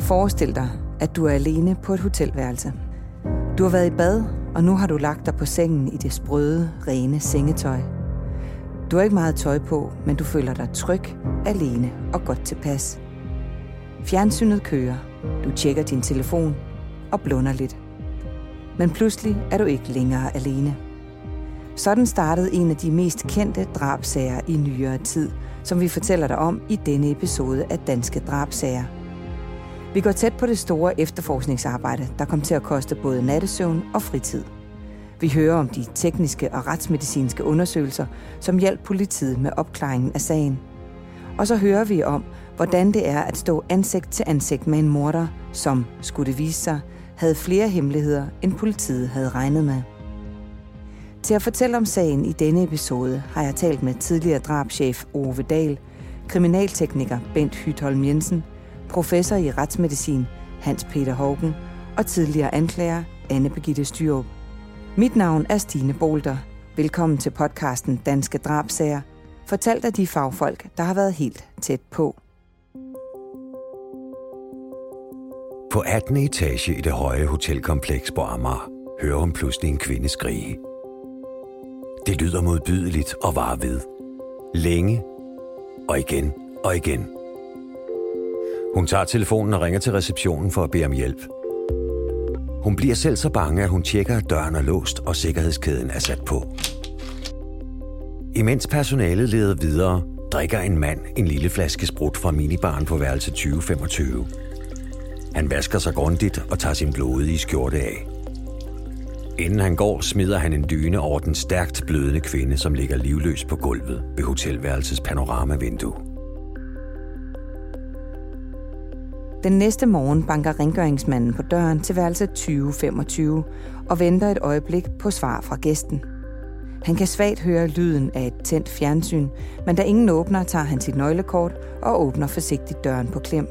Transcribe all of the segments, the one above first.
Forestil dig, at du er alene på et hotelværelse. Du har været i bad, og nu har du lagt dig på sengen i det sprøde, rene sengetøj. Du har ikke meget tøj på, men du føler dig tryg, alene og godt tilpas. Fjernsynet kører. Du tjekker din telefon og blunder lidt. Men pludselig er du ikke længere alene. Sådan startede en af de mest kendte drabsager i nyere tid, som vi fortæller dig om i denne episode af Danske Drabsager. Vi går tæt på det store efterforskningsarbejde, der kom til at koste både nattesøvn og fritid. Vi hører om de tekniske og retsmedicinske undersøgelser, som hjalp politiet med opklaringen af sagen. Og så hører vi om, hvordan det er at stå ansigt til ansigt med en morder, som, skulle det vise sig, havde flere hemmeligheder, end politiet havde regnet med. Til at fortælle om sagen i denne episode har jeg talt med tidligere drabschef Ove Dahl, kriminaltekniker Bent Hytholm Jensen, professor i retsmedicin Hans Peter Haugen og tidligere anklager Anne Birgitte Styrup. Mit navn er Stine Bolter. Velkommen til podcasten Danske Drabsager, fortalt af de fagfolk, der har været helt tæt på. På 18. etage i det høje hotelkompleks på Amager hører hun pludselig en kvinde skrige. Det lyder modbydeligt og varer ved. Længe og igen og igen. Hun tager telefonen og ringer til receptionen for at bede om hjælp. Hun bliver selv så bange, at hun tjekker, at døren er låst og sikkerhedskæden er sat på. Imens personalet leder videre, drikker en mand en lille flaske sprut fra minibaren på værelse 2025. Han vasker sig grundigt og tager sin blodige skjorte af. Inden han går, smider han en dyne over den stærkt blødende kvinde, som ligger livløs på gulvet ved hotelværelsets panoramavindue. Den næste morgen banker rengøringsmanden på døren til værelse 2025 og venter et øjeblik på svar fra gæsten. Han kan svagt høre lyden af et tændt fjernsyn, men da ingen åbner, tager han sit nøglekort og åbner forsigtigt døren på klem.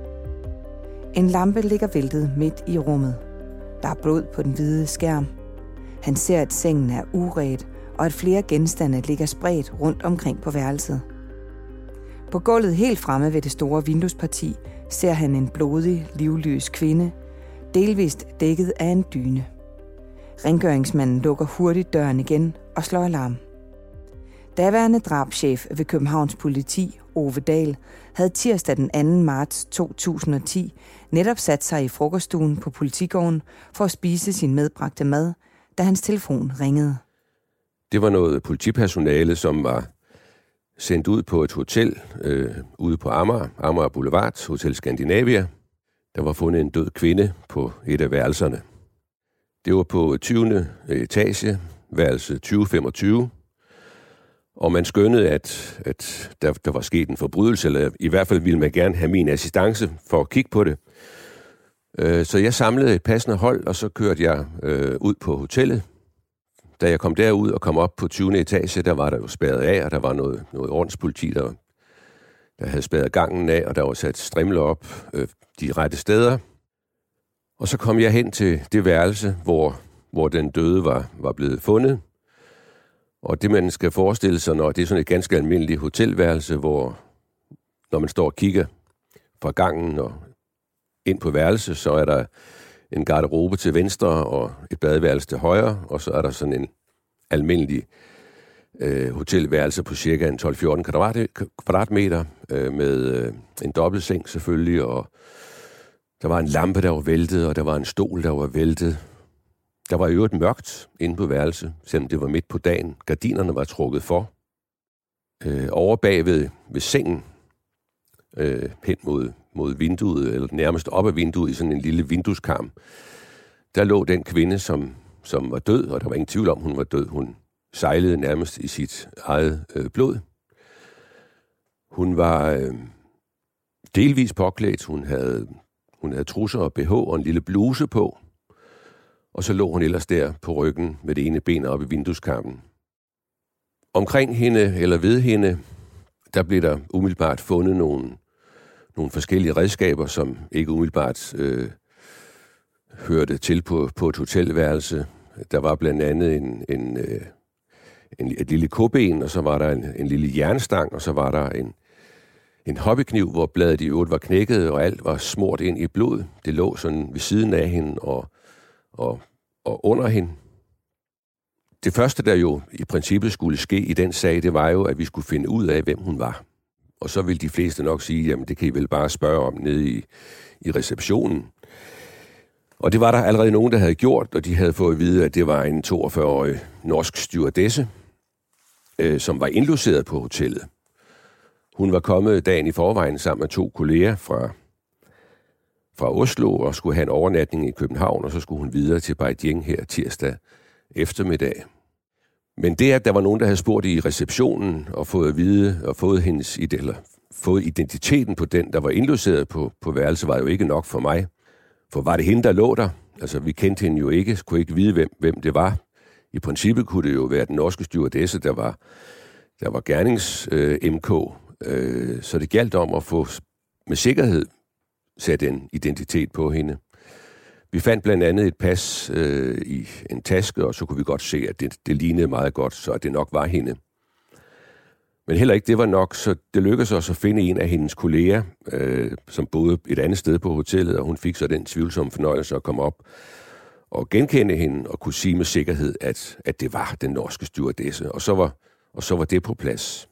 En lampe ligger væltet midt i rummet. Der er blod på den hvide skærm. Han ser, at sengen er uret, og at flere genstande ligger spredt rundt omkring på værelset. På gulvet helt fremme ved det store vinduesparti ser han en blodig, livløs kvinde, delvist dækket af en dyne. Rengøringsmanden lukker hurtigt døren igen og slår alarm. Daværende drabschef ved Københavns Politi, Ove Dahl, havde tirsdag den 2. marts 2010 netop sat sig i frokoststuen på Politigården for at spise sin medbragte mad, da hans telefon ringede. Det var noget politipersonale, som var sendt ud på et hotel ude på Amager Boulevard, Hotel Skandinavia. Der var fundet en død kvinde på et af værelserne. Det var på 20. etage, værelse 2025. Og man skønnede, at der var sket en forbrydelse, eller i hvert fald ville man gerne have min assistance for at kigge på det. Så jeg samlede et passende hold, og så kørte jeg ud på hotellet. Da jeg kom derud og kom op på 20. etage, der var der jo spærret af, og der var noget ordenspoliti, der havde spærret gangen af, og der var sat strimler op de rette steder. Og så kom jeg hen til det værelse, hvor den døde var blevet fundet. Og det, man skal forestille sig, når det er sådan et ganske almindeligt hotelværelse, hvor når man står og kigger fra gangen og ind på værelse, så er der en garderobe til venstre og et badeværelse til højre, og så er der sådan en almindelig hotelværelse på cirka 12-14 kvadratmeter med en dobbeltseng selvfølgelig, og der var en lampe, der var væltet, og der var en stol, der var væltet. Der var i øvrigt mørkt inde på værelset, selvom det var midt på dagen. Gardinerne var trukket for. Over bagved ved sengen, hen mod vinduet, eller nærmest op ad vinduet i sådan en lille vindueskarm, der lå den kvinde, som var død, og der var ingen tvivl om, hun var død. Hun sejlede nærmest i sit eget blod. Hun var delvis påklædt. Hun havde trusser og BH og en lille bluse på. Og så lå hun ellers der på ryggen med det ene ben op i vindueskarmen. Omkring hende, eller ved hende, der blev der umiddelbart fundet nogle forskellige redskaber, som ikke umiddelbart hørte til på et hotelværelse. Der var blandt andet et lille koben, og så var der en lille jernstang, og så var der en hobbykniv, hvor bladet i øvrigt var knækket, og alt var smurt ind i blod. Det lå sådan ved siden af hende og under hende. Det første, der jo i princippet skulle ske i den sag, det var jo, at vi skulle finde ud af, hvem hun var. Og så ville de fleste nok sige, jamen det kan I vel bare spørge om nede i receptionen. Og det var der allerede nogen, der havde gjort, og de havde fået at vide, at det var en 42-årig norsk stewardesse, som var indlogeret på hotellet. Hun var kommet dagen i forvejen sammen med 2 kolleger fra Oslo og skulle have en overnatning i København, og så skulle hun videre til Beijing her tirsdag eftermiddag. Men det, at der var nogen, der havde spurgt i receptionen og fået at vide og fået identiteten på den, der var indlogeret på værelse, var jo ikke nok for mig. For var det hende, der lå der? Altså, vi kendte hende jo ikke, kunne ikke vide, hvem det var. I princippet kunne det jo være den norske stewardesse, der var gernings-MK. Så det galt om at få med sikkerhed sat en identitet på hende. Vi fandt blandt andet et pas i en taske, og så kunne vi godt se, at det lignede meget godt, så det nok var hende. Men heller ikke det var nok, så det lykkedes os at finde en af hendes kolleger, som boede et andet sted på hotellet, og hun fik så den tvivlsomme fornøjelse at komme op og genkende hende og kunne sige med sikkerhed, at det var den norske stewardesse. Og så var det på plads.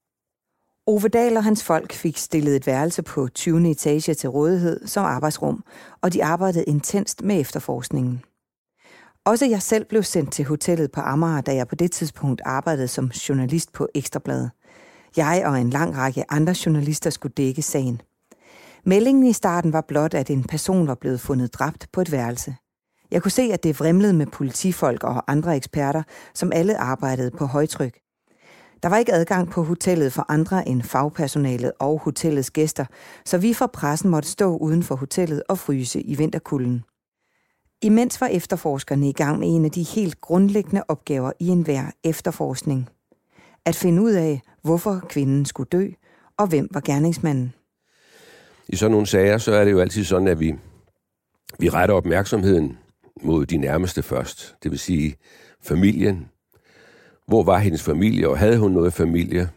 Ove Dahl og hans folk fik stillet et værelse på 20. etage til rådighed som arbejdsrum, og de arbejdede intenst med efterforskningen. Også jeg selv blev sendt til hotellet på Amager, da jeg på det tidspunkt arbejdede som journalist på Ekstra Bladet. Jeg og en lang række andre journalister skulle dække sagen. Meldingen i starten var blot, at en person var blevet fundet dræbt på et værelse. Jeg kunne se, at det vrimlede med politifolk og andre eksperter, som alle arbejdede på højtryk. Der var ikke adgang på hotellet for andre end fagpersonalet og hotellets gæster, så vi fra pressen måtte stå uden for hotellet og fryse i vinterkulden. Imens var efterforskerne i gang med en af de helt grundlæggende opgaver i enhver efterforskning. At finde ud af, hvorfor kvinden skulle dø, og hvem var gerningsmanden. I sådan nogle sager, så er det jo altid sådan, at vi retter opmærksomheden mod de nærmeste først. Det vil sige familien. Hvor var hendes familie, og havde hun noget familie?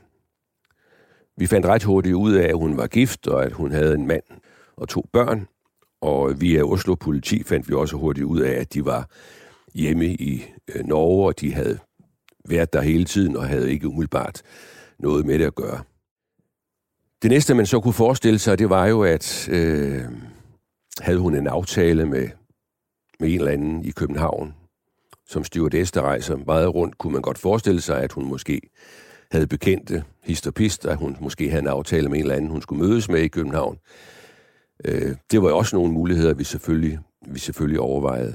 Vi fandt ret hurtigt ud af, at hun var gift, og at hun havde en mand og 2 børn. Og via Oslo politi fandt vi også hurtigt ud af, at de var hjemme i Norge, og de havde været der hele tiden, og havde ikke umiddelbart noget med det at gøre. Det næste, man så kunne forestille sig, det var jo, at havde hun en aftale med en eller anden i København, som stewardesse, der rejser meget rundt, kunne man godt forestille sig, at hun måske havde bekendte hist og pist, at hun måske havde en aftale med en eller anden, hun skulle mødes med i København. Det var jo også nogle muligheder, vi selvfølgelig overvejede.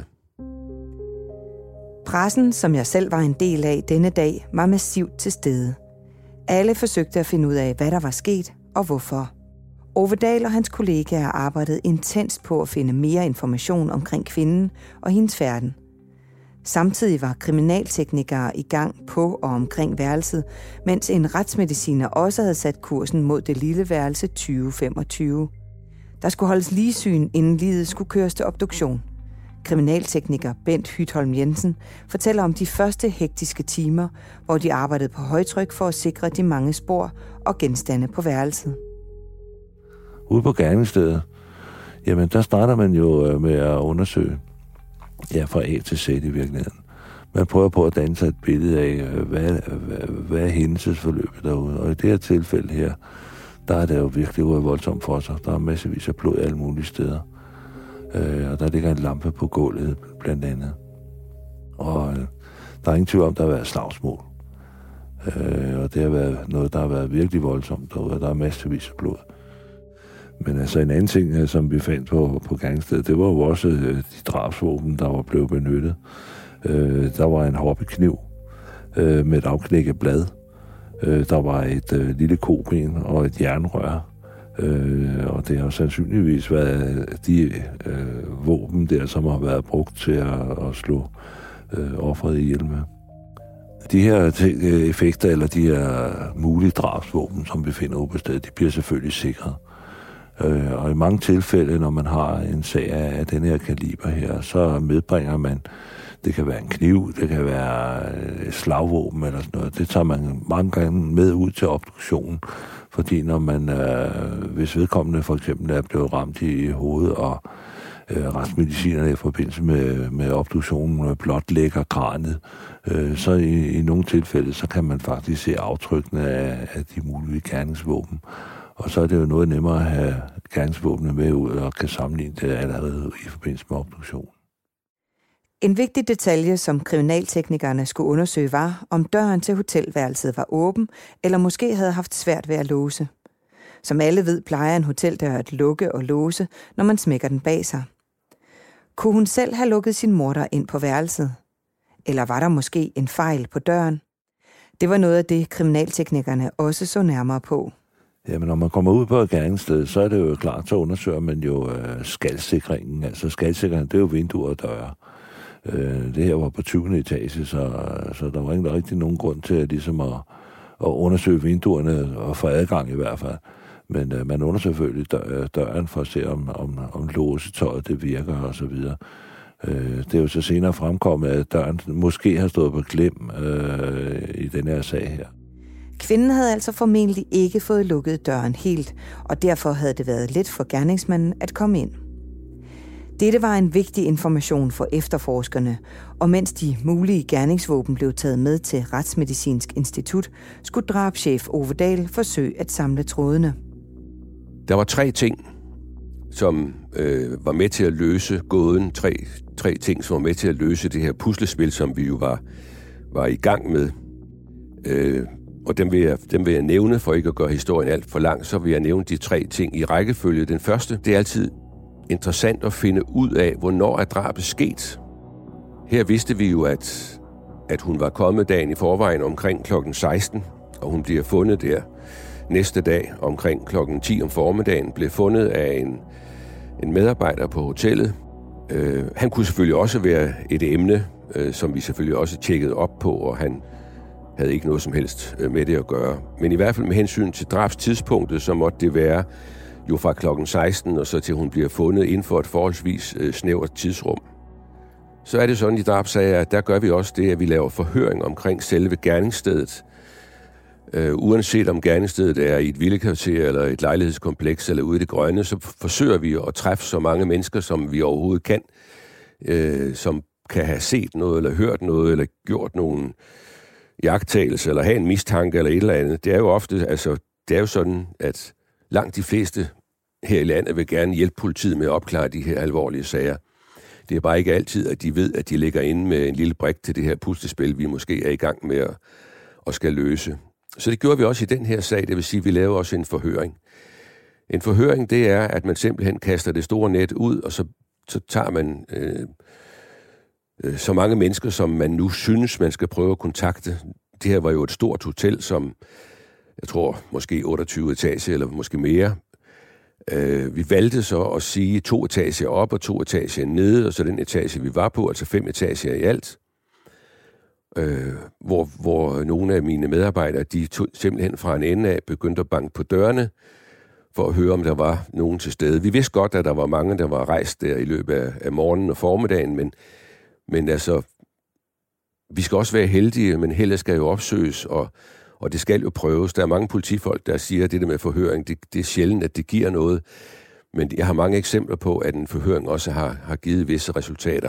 Pressen, som jeg selv var en del af denne dag, var massivt til stede. Alle forsøgte at finde ud af, hvad der var sket og hvorfor. Ove Dahl og hans kollegaer arbejdede intenst på at finde mere information omkring kvinden og hendes færden. Samtidig var kriminalteknikere i gang på og omkring værelset, mens en retsmediciner også havde sat kursen mod det lille værelse 2025. Der skulle holdes ligsyn, inden liget skulle køres til obduktion. Kriminaltekniker Bent Hytholm Jensen fortæller om de første hektiske timer, hvor de arbejdede på højtryk for at sikre de mange spor og genstande på værelset. Ude på gerningsstedet, jamen der starter man jo med at undersøge, fra A til Z i virkeligheden. Man prøver på at danne sig et billede af, hvad er hændelsesforløbet derude. Og i det her tilfælde her, der er det jo virkelig voldsomt for sig. Der er masservis af blod alle mulige steder. Og der ligger en lampe på gulvet, blandt andet. Og der er ingen tvivl om, der har været slagsmål. Og det har været noget, der har været virkelig voldsomt derude. Der er masservis af blod. Men altså en anden ting, som vi fandt på gerningsstedet, det var jo også de drabsvåben, der var blevet benyttet. Der var en hobbykniv med et afknækket blad. Der var et lille koben og et jernrør. Og det har sandsynligvis været de våben der, som har været brugt til at slå offeret ihjel med. De her effekter, eller de her mulige drabsvåben, som vi finder ude på stedet, de bliver selvfølgelig sikret. Og i mange tilfælde, når man har en sag af den her kaliber her, så medbringer man Det kan være en kniv, det kan være et slagvåben eller sådan noget. Det tager man mange gange med ud til obduktionen, fordi når man, hvis vedkommende for eksempel er blevet ramt i hovedet, og retsmedicinerne i forbindelse med obduktionen blotlægger kranet, så i nogle tilfælde, så kan man faktisk se aftrykkene af de mulige gerningsvåben. Og så er det jo noget nemmere at have gerningsvåbne med ud og kan sammenligne det allerede i forbindelse med obduktion. En vigtig detalje, som kriminalteknikerne skulle undersøge, var, om døren til hotelværelset var åben, eller måske havde haft svært ved at låse. Som alle ved, plejer en hoteldør at lukke og låse, når man smækker den bag sig. Kunne hun selv have lukket sin morder ind på værelset? Eller var der måske en fejl på døren? Det var noget af det, kriminalteknikerne også så nærmere på. Jamen, når man kommer ud på et gerningssted, så er det jo klart, så undersøger man jo skalsikringen. Altså skalsikringen, det er jo vinduer og døre. Det her var på 20. etage, så der var ikke rigtig nogen grund til ligesom at undersøge vinduerne og få adgang i hvert fald. Men man undersøger selvfølgelig døren for at se, om låsetøjet det virker og så videre. Det er jo så senere fremkommet, at døren måske har stået på klem i den her sag her. Kvinden havde altså formentlig ikke fået lukket døren helt, og derfor havde det været let for gerningsmanden at komme ind. Dette var en vigtig information for efterforskerne, og mens de mulige gerningsvåben blev taget med til Retsmedicinsk Institut, skulle drabschef Ove Dahl forsøge at samle trådene. Der var 3 ting, som var med til at løse gåden. Tre ting, som var med til at løse det her puslespil, som vi jo var i gang med. Og dem vil jeg nævne, for ikke at gøre historien alt for lang, så vil jeg nævne de 3 ting i rækkefølge. Den første, det er altid interessant at finde ud af, hvornår er drabet sket. Her vidste vi jo, at hun var kommet dagen i forvejen omkring klokken 16, og hun bliver fundet der næste dag omkring klokken 10 om formiddagen, blev fundet af en medarbejder på hotellet. Han kunne selvfølgelig også være et emne, som vi selvfølgelig også tjekkede op på, og han havde ikke noget som helst med det at gøre. Men i hvert fald med hensyn til drabstidspunktet, så måtte det være jo fra klokken 16 og så til hun bliver fundet inden for et forholdsvis snævert tidsrum. Så er det sådan i drabssager, at der gør vi også det, at vi laver forhøring omkring selve gerningsstedet. Uanset om gerningsstedet er i et villekvarter eller et lejlighedskompleks eller ude i det grønne, så forsøger vi at træffe så mange mennesker, som vi overhovedet kan, som kan have set noget eller hørt noget eller gjort nogle iagttagelser eller have en mistanke eller et eller andet. Det er jo ofte, det er jo sådan, at langt de fleste her i landet vil gerne hjælpe politiet med at opklare de her alvorlige sager. Det er bare ikke altid, at de ved, at de ligger inde med en lille brik til det her puslespil, vi måske er i gang med at skal løse. Så det gjorde vi også i den her sag, det vil sige, at vi laver også en forhøring. En forhøring, det er, at man simpelthen kaster det store net ud, og så tager man så mange mennesker, som man nu synes, man skal prøve at kontakte. Det her var jo et stort hotel, som jeg tror måske 28 etager eller måske mere. Vi valgte så at sige 2 etager op og 2 etager nede, og så den etage, vi var på, altså 5 etager i alt. Hvor nogle af mine medarbejdere, de simpelthen fra en ende af begyndte at banke på dørene, for at høre, om der var nogen til stede. Vi vidste godt, at der var mange, der var rejst der i løbet af morgenen og formiddagen, men altså, vi skal også være heldige, men heldet skal jo opsøges, og det skal jo prøves. Der er mange politifolk, der siger, at det der med forhøring, det er sjældent, at det giver noget. Men jeg har mange eksempler på, at en forhøring også har givet visse resultater.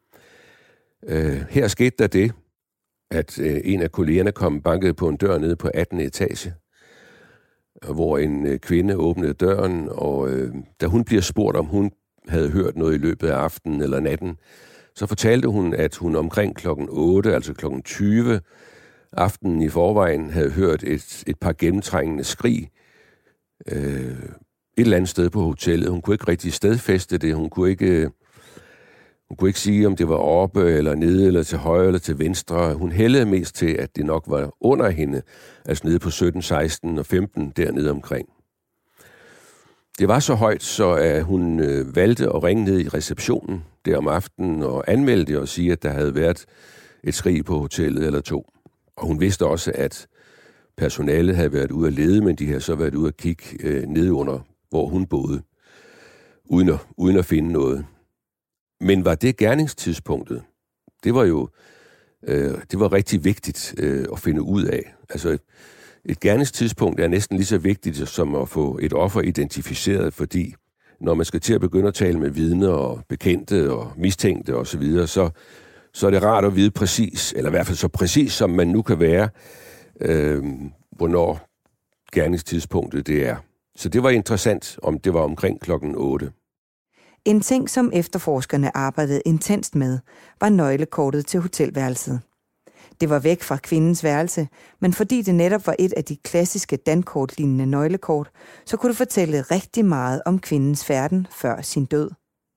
Her skete der det, at en af kollegerne kom banket på en dør nede på 18. etage, hvor en kvinde åbnede døren, og da hun bliver spurgt, om hun havde hørt noget i løbet af aftenen eller natten, så fortalte hun, at hun omkring klokken 8, altså klokken 20, aftenen i forvejen, havde hørt et par gennemtrængende skrig et eller andet sted på hotellet. Hun kunne ikke rigtig stedfæste det. Hun kunne ikke sige, om det var oppe eller nede, eller til højre eller til venstre. Hun hældede mest til, at det nok var under hende, altså nede på 17, 16 og 15, dernede omkring. Det var så højt, så at hun valgte at ringe ned i receptionen der om aftenen og anmelde det og sige, at der havde været et skrig på hotellet eller 2. Og hun vidste også, at personalet havde været ude at lede, men de havde så været ude at kigge ned under, hvor hun boede, uden at finde noget. Men var det gerningstidspunktet? Det var rigtig vigtigt at finde ud af. Altså, et gerningstidspunkt er næsten lige så vigtigt som at få et offer identificeret, fordi når man skal til at begynde at tale med vidner og bekendte og mistænkte osv., så er det rart at vide præcis, eller i hvert fald så præcis, som man nu kan være, hvornår gerningstidspunktet det er. Så det var interessant, om det var omkring 8:00. En ting, som efterforskerne arbejdede intenst med, var nøglekortet til hotelværelset. Det var væk fra kvindens værelse, men fordi det netop var et af de klassiske dankortlignende nøglekort, så kunne det fortælle rigtig meget om kvindens færden før sin død.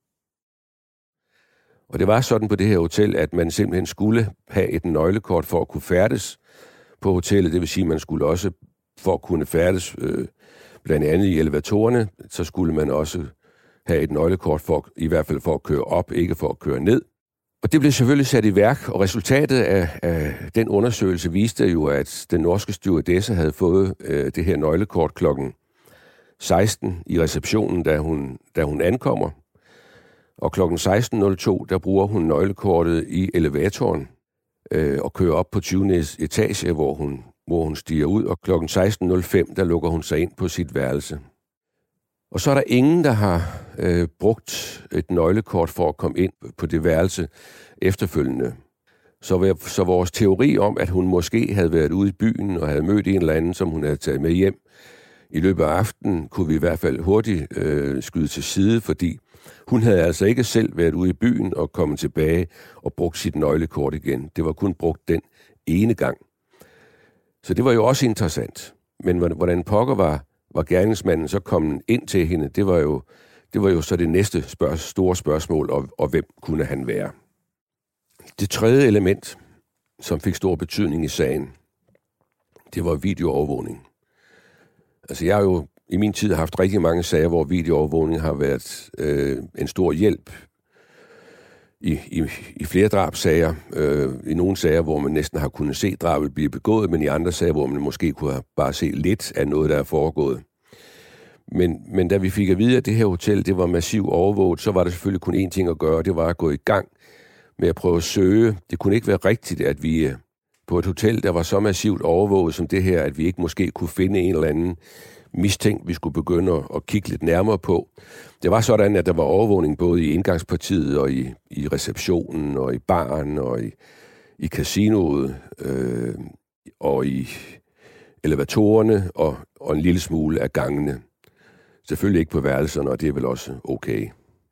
Og det var sådan på det her hotel, at man simpelthen skulle have et nøglekort for at kunne færdes på hotellet. Det vil sige, at man skulle også, for at kunne færdes blandt andet i elevatorerne, så skulle man også have et nøglekort for, i hvert fald for at køre op, ikke for at køre ned. Og det blev selvfølgelig sat i værk, og resultatet af den undersøgelse viste jo, at den norske stewardesse havde fået det her nøglekort klokken 16 i receptionen, da hun ankommer. Og klokken 16.02, der bruger hun nøglekortet i elevatoren og kører op på 20. etage, hvor hun stiger ud. Og klokken 16.05, der lukker hun sig ind på sit værelse. Og så er der ingen, der har brugt et nøglekort for at komme ind på det værelse efterfølgende. Så vores teori om, at hun måske havde været ude i byen og havde mødt en eller anden, som hun havde taget med hjem i løbet af aftenen, kunne vi i hvert fald hurtigt skyde til side, fordi hun havde altså ikke selv været ude i byen og kommet tilbage og brugt sit nøglekort igen. Det var kun brugt den ene gang. Så det var jo også interessant. Men hvordan pokker var gerningsmanden så kommet ind til hende, det var jo så det næste store spørgsmål, og hvem kunne han være? Det tredje element, som fik stor betydning i sagen, det var videoovervågning. Altså jeg har jo i min tid haft rigtig mange sager, hvor videoovervågning har været en stor hjælp i flere drabsager. I nogle sager, hvor man næsten har kunnet se drabet blive begået, men i andre sager, hvor man måske kunne have bare se lidt af noget, der er foregået. Men da vi fik at vide, at det her hotel, det var massivt overvåget, så var der selvfølgelig kun én ting at gøre, det var at gå i gang med at prøve at søge. Det kunne ikke være rigtigt, at vi på et hotel, der var så massivt overvåget som det her, at vi ikke måske kunne finde en eller anden mistænkt, vi skulle begynde at kigge lidt nærmere på. Det var sådan, at der var overvågning både i indgangspartiet og i receptionen og i baren og i casinoet og i elevatorerne og en lille smule af gangene. Selvfølgelig ikke på værelserne, og det er vel også okay.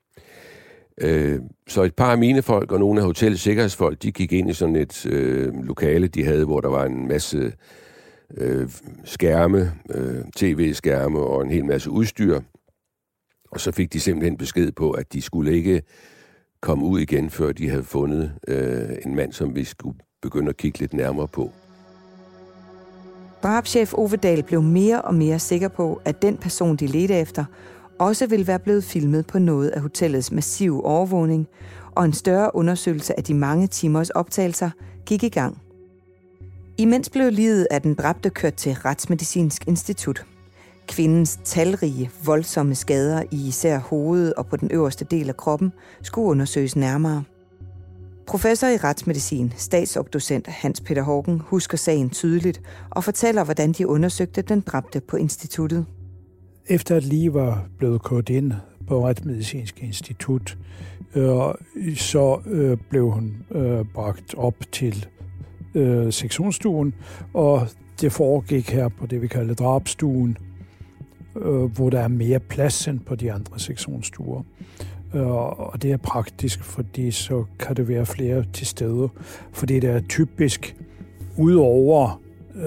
Så et par af mine folk og nogle af hotellets sikkerhedsfolk, de gik ind i sådan et lokale, de havde, hvor der var en masse skærme, tv-skærme og en hel masse udstyr. Og så fik de simpelthen besked på, at de skulle ikke komme ud igen, før de havde fundet en mand, som vi skulle begynde at kigge lidt nærmere på. Drabschef Ove Dahl blev mere og mere sikker på, at den person, de ledte efter, også ville være blevet filmet på noget af hotellets massive overvågning, og en større undersøgelse af de mange timers optagelser gik i gang. Imens blev livet af den dræbte kørt til Retsmedicinsk Institut. Kvindens talrige, voldsomme skader i især hovedet og på den øverste del af kroppen skulle undersøges nærmere. Professor i retsmedicin, statsobducent Hans Peter Horgen, husker sagen tydeligt og fortæller, hvordan de undersøgte den dræbte på instituttet. Efter at lige var blevet kørt ind på Retsmedicinsk Institut, så blev hun bragt op til sektionsstuen, og det foregik her på det, vi kalder drabstuen, hvor der er mere plads end på de andre sektionsstuer. Og det er praktisk, fordi så kan det være flere til stede. Fordi det er typisk udover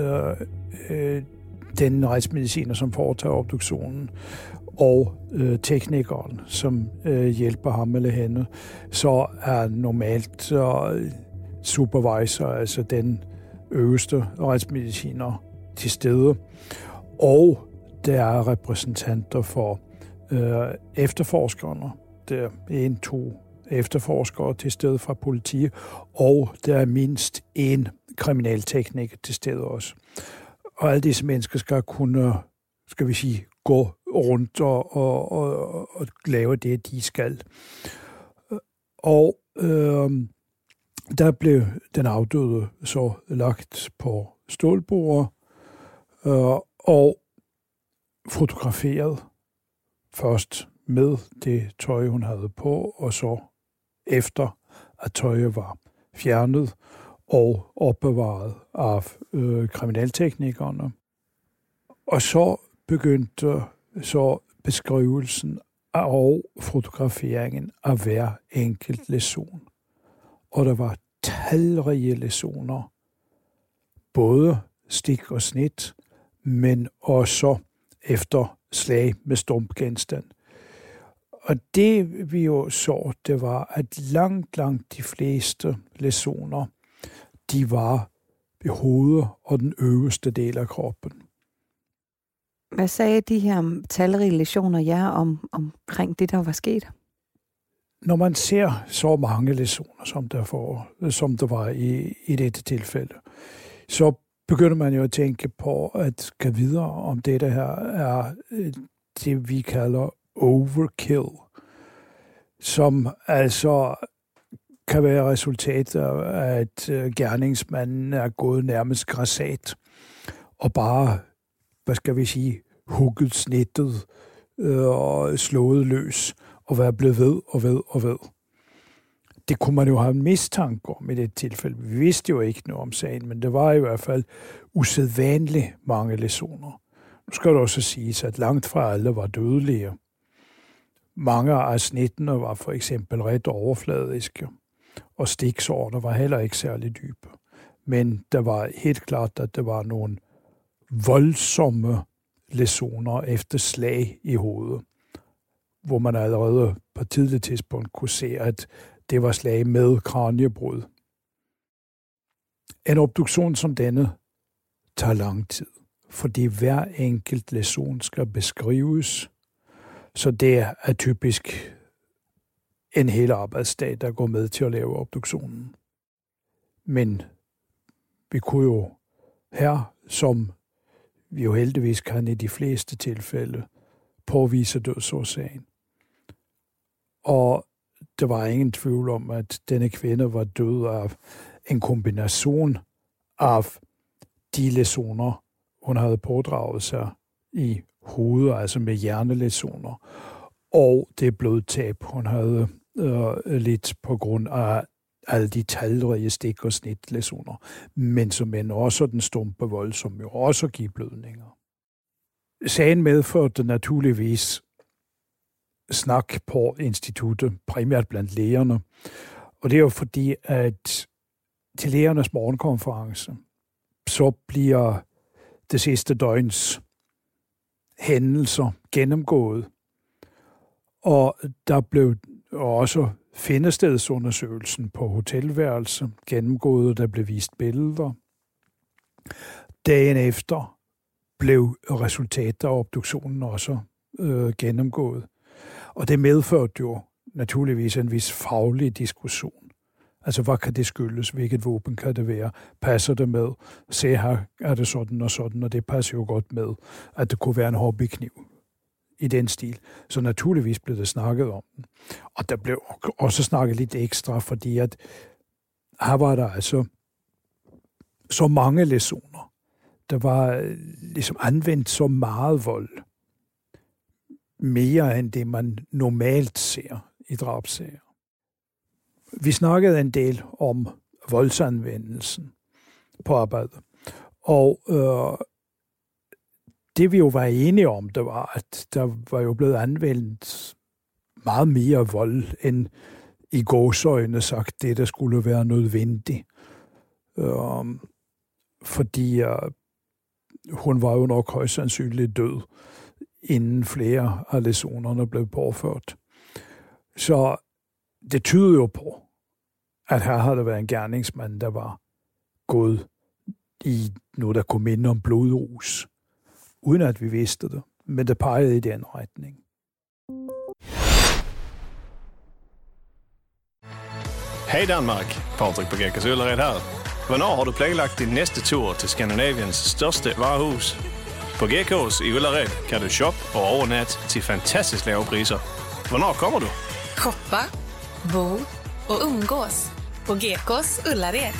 den retsmediciner, som foretager obduktionen, og teknikeren, som hjælper ham eller hende, så er normalt supervisor, altså den øverste retsmediciner, til stede. Og der er repræsentanter for efterforskerne. Der er 1-2 efterforskere til stede fra politiet, og der er mindst en kriminaltekniker til stede også. Og alle disse mennesker skal kunne, skal vi sige, gå rundt og lave det, de skal. Og Der blev den afdøde så lagt på stålbord og fotograferet først med det tøj, hun havde på, og så efter, at tøjet var fjernet og opbevaret af kriminalteknikerne. Og så begyndte så beskrivelsen og fotograferingen af hver enkelt leson. Og der var talrige lesoner, både stik og snit, men også efter slag med stumpgenstand. Og det vi jo så, det var, at langt de fleste lesoner, de var i hovedet og den øverste del af kroppen. Hvad sagde de her talrige lesioner jer omkring det, der var sket? Når man ser så mange lesoner, som der var i dette tilfælde, så begynder man jo at tænke på at gå videre om det her er det, vi kalder overkill, som altså kan være resultatet af, at gerningsmanden er gået nærmest grassat og bare, hugget, snittet og slået løs og være blevet ved. Det kunne man jo have en mistanke om i det tilfælde. Vi vidste jo ikke noget om sagen, men det var i hvert fald usædvanligt mange lesoner. Nu skal det også siges, at langt fra alle var dødelige. Mange af snittene var for eksempel ret overfladiske, og stiksårene var heller ikke særlig dybe. Men der var helt klart, at der var nogle voldsomme lesoner efter slag i hovedet, hvor man allerede på et tidligt tidspunkt kunne se, at det var slag med kraniebrud. En obduktion som denne tager lang tid, fordi hver enkelt leson skal beskrives, så det er typisk en hel arbejdsdag, der går med til at lave obduktionen. Men vi kunne jo her, som vi jo heldigvis kan i de fleste tilfælde, påvise dødsårsagen. Og der var ingen tvivl om, at denne kvinde var død af en kombination af de lesoner, hun havde pådraget sig i hovedet, altså med hjernelesoner, og det blodtab, hun havde lidt på grund af alle de talrige stik- og snitlesoner, men som også den stumpe vold, som jo også giver blødninger. Sagen medførte naturligvis snak på instituttet, primært blandt lægerne, og det er jo fordi, at til lægernes morgenkonference, så bliver det sidste døgns hændelser gennemgået, og der blev også findestedsundersøgelsen på hotelværelse gennemgået, der blev vist billeder. Dagen efter blev resultatet af obduktionen også gennemgået. Og det medførte jo naturligvis en vis faglig diskussion. Altså, hvad kan det skyldes? Hvilket våben kan det være? Passer det med? Se, her er det sådan og sådan, og det passer jo godt med, at det kunne være en hobbykniv i den stil. Så naturligvis blev det snakket om den. Og der blev også snakket lidt ekstra, fordi at her var der altså så mange lesoner. Der var ligesom anvendt så meget vold. Mere end det, man normalt ser i drabssager. Vi snakkede en del om voldsanvendelsen på arbejdet. Og det vi jo var enige om, det var, at der var jo blevet anvendt meget mere vold end i gåseøjne sagt, det der skulle være nødvendigt. Fordi hun var jo nok højst sandsynligt død, inden flere af lesonerne blev påført. Så det tyder jo på, at her havde der været en gerningsmand, der var gået i noget, der kunne minde om blodrus, uden at vi vidste det, men det pegede i den retning. Hej Danmark, Patrick Bagekas Ullared her. Hvornår har du planlagt din næste tur til Skandinaviens største varehus? På GK's i Ullared kan du shoppe og overnatte til fantastisk lave priser. Hvornår kommer du? Shoppa, bo och umgås på GKs Ullared.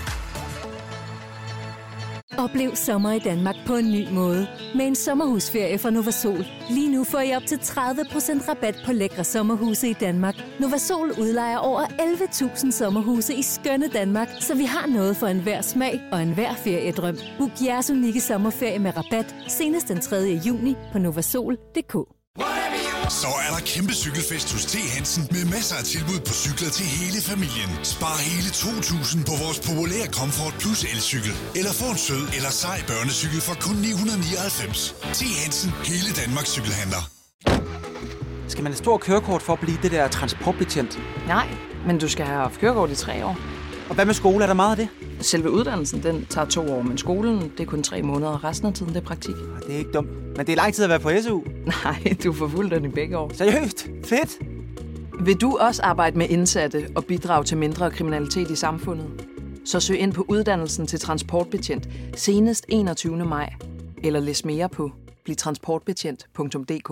Oplev sommer i Danmark på en ny måde. Med en sommerhusferie fra Novasol. Lige nu får I op til 30% rabat på lækre sommerhuse i Danmark. Novasol udlejer over 11.000 sommerhuse i skønne Danmark, så vi har noget for enhver smag og enhver feriedrøm. Book jeres unikke sommerferie med rabat senest den 3. juni på novasol.dk. Så er der kæmpe cykelfest hos T. Hansen med masser af tilbud på cykler til hele familien. Spar hele 2.000 på vores populære Comfort Plus elcykel. Eller få en sød eller sej børnecykel for kun 999. T. Hansen, hele Danmarks cykelhandler. Skal man have stor kørekort for at blive det der transportbetjent? Nej, men du skal have haft kørekort i 3 år. Og hvad med skole? Er der meget af det? Selve uddannelsen, den tager 2 år, men skolen, det er kun 3 måneder. Resten af tiden, det er praktik. Det er ikke dumt. Men det er lang tid at være på SU. Nej, du får fuld den i begge år. Seriøst? Fedt! Vil du også arbejde med indsatte og bidrage til mindre kriminalitet i samfundet? Så søg ind på uddannelsen til transportbetjent senest 21. maj. Eller læs mere på blivtransportbetjent.dk.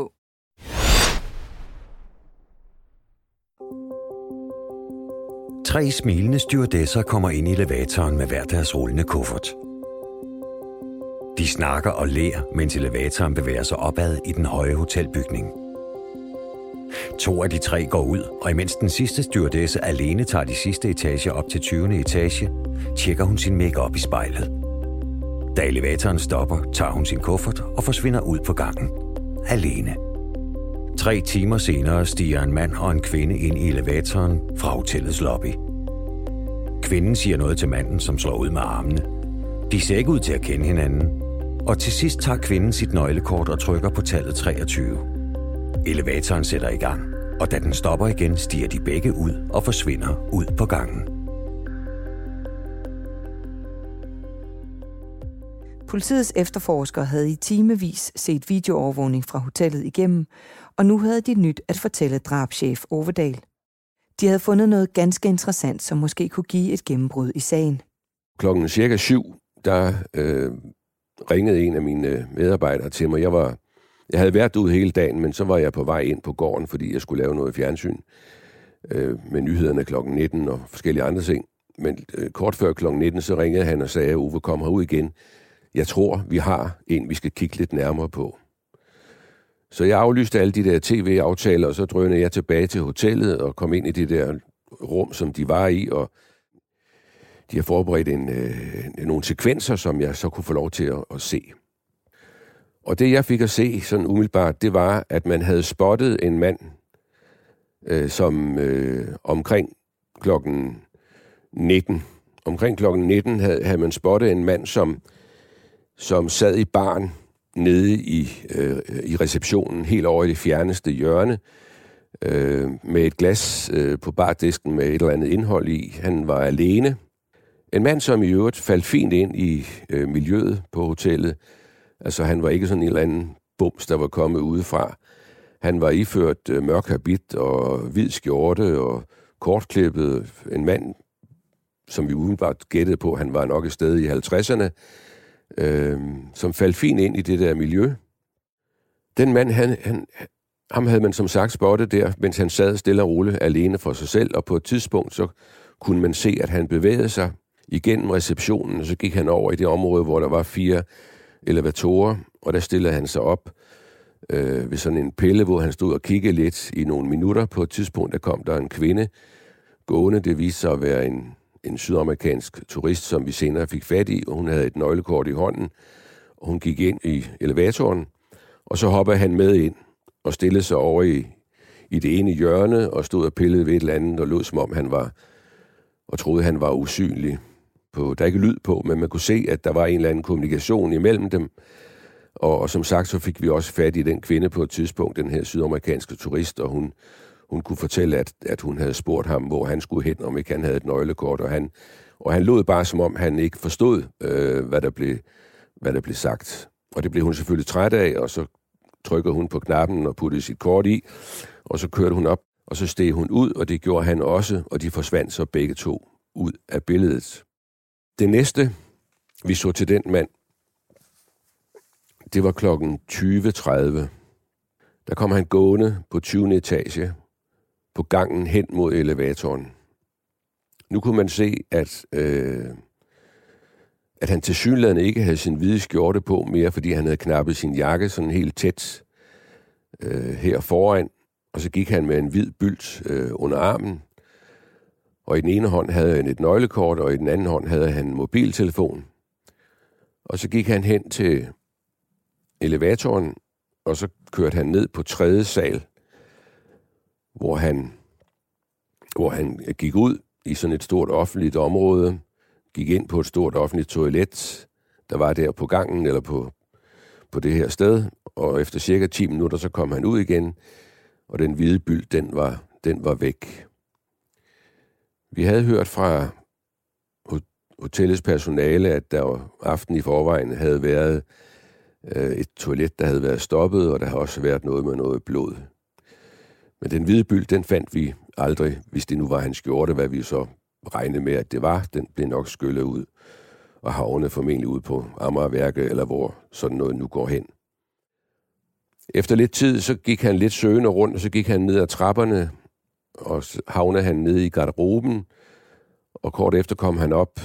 Tre smilende stewardesser kommer ind i elevatoren med hver deres rullende kuffert. De snakker og ler, mens elevatoren bevæger sig opad i den høje hotelbygning. 2 af de 3 går ud, og imens den sidste stewardesse alene tager de sidste etager op til 20. etage, tjekker hun sin make-up i spejlet. Da elevatoren stopper, tager hun sin kuffert og forsvinder ud på gangen. Alene. 3 timer senere stiger en mand og en kvinde ind i elevatoren fra hotellets lobby. Kvinden siger noget til manden, som slår ud med armene. De ser ikke ud til at kende hinanden. Og til sidst tager kvinden sit nøglekort og trykker på tallet 23. Elevatoren sætter i gang, og da den stopper igen, stiger de begge ud og forsvinder ud på gangen. Politiets efterforskere havde i timevis set videoovervågning fra hotellet igennem, og nu havde de nyt at fortælle drabschef Overdal. De havde fundet noget ganske interessant, som måske kunne give et gennembrud i sagen. Klokken cirka 7, der ringede en af mine medarbejdere til mig. Jeg havde været ude hele dagen, men så var jeg på vej ind på gården, fordi jeg skulle lave noget fjernsyn med nyhederne klokken 19 og forskellige andre ting. Men kort før klokken 19, så ringede han og sagde, Ove, kom herud igen. Jeg tror, vi har en, vi skal kigge lidt nærmere på. Så jeg aflyste alle de der tv-aftaler, og så drønede jeg tilbage til hotellet og kom ind i det der rum, som de var i, og de har forberedt nogle sekvenser, som jeg så kunne få lov til at se. Og det, jeg fik at se sådan umiddelbart, det var, at man havde spottet en mand, som omkring klokken 19. Omkring klokken 19 havde man spottet en mand, som sad i baren nede i receptionen, helt over i det fjerneste hjørne, med et glas på bardisken med et eller andet indhold i. Han var alene. En mand, som i øvrigt faldt fint ind i miljøet på hotellet. Altså, han var ikke sådan en eller anden bums, der var kommet udefra. Han var iført mørk habit og hvid skjorte og kortklippet. En mand, som vi umiddelbart gættede på, han var nok et sted i 50'erne, som faldt fint ind i det der miljø. Den mand, ham havde man som sagt spottet der, mens han sad stille og roligt alene for sig selv, og på et tidspunkt så kunne man se, at han bevægede sig igennem receptionen, og så gik han over i det område, hvor der var 4 elevatorer, og der stillede han sig op ved sådan en pille, hvor han stod og kiggede lidt i nogle minutter. På et tidspunkt, der kom der en kvinde gående. Det viste sig at være en sydamerikansk turist, som vi senere fik fat i, og hun havde et nøglekort i hånden, og hun gik ind i elevatoren, og så hoppede han med ind og stillede sig over i det ene hjørne, og stod og pillede ved et eller andet, og lød som om han var, og troede, han var usynlig. Der er ikke lyd på, men man kunne se, at der var en eller anden kommunikation imellem dem, og som sagt, så fik vi også fat i den kvinde på et tidspunkt, den her sydamerikanske turist, og hun kunne fortælle, at hun havde spurgt ham, hvor han skulle hen, om ikke han havde et nøglekort, og han lod bare, som om han ikke forstod, hvad der blev sagt. Og det blev hun selvfølgelig træt af, og så trykkede hun på knappen og puttede sit kort i, og så kørte hun op, og så steg hun ud, og det gjorde han også, og de forsvandt så begge to ud af billedet. Det næste, vi så til den mand, det var klokken 20.30. Der kom han gående på 20. etage på gangen hen mod elevatoren. Nu kunne man se, at han tilsyneladende ikke havde sin hvide skjorte på mere, fordi han havde knappet sin jakke sådan helt tæt her foran, og så gik han med en hvid bylt under armen, og i den ene hånd havde han et nøglekort, og i den anden hånd havde han en mobiltelefon. Og så gik han hen til elevatoren, og så kørte han ned på 3. sal, hvor han gik ud i sådan et stort offentligt område, gik ind på et stort offentligt toilet, der var der på gangen eller på det her sted, og efter cirka 10 minutter, så kom han ud igen, og den hvide bylt, den var væk. Vi havde hørt fra hotellets personale, at der aften i forvejen havde været et toilet, der havde været stoppet, og der har også været noget med noget blod. Men den hvide bylt, den fandt vi aldrig, hvis det nu var hans skjorte, hvad vi så regnede med, at det var. Den blev nok skyllet ud og havnede formentlig ud på Amagerværket, eller hvor sådan noget nu går hen. Efter lidt tid, så gik han lidt søgende rundt, og så gik han ned ad trapperne, og så havnede han nede i garderoben, og kort efter kom han op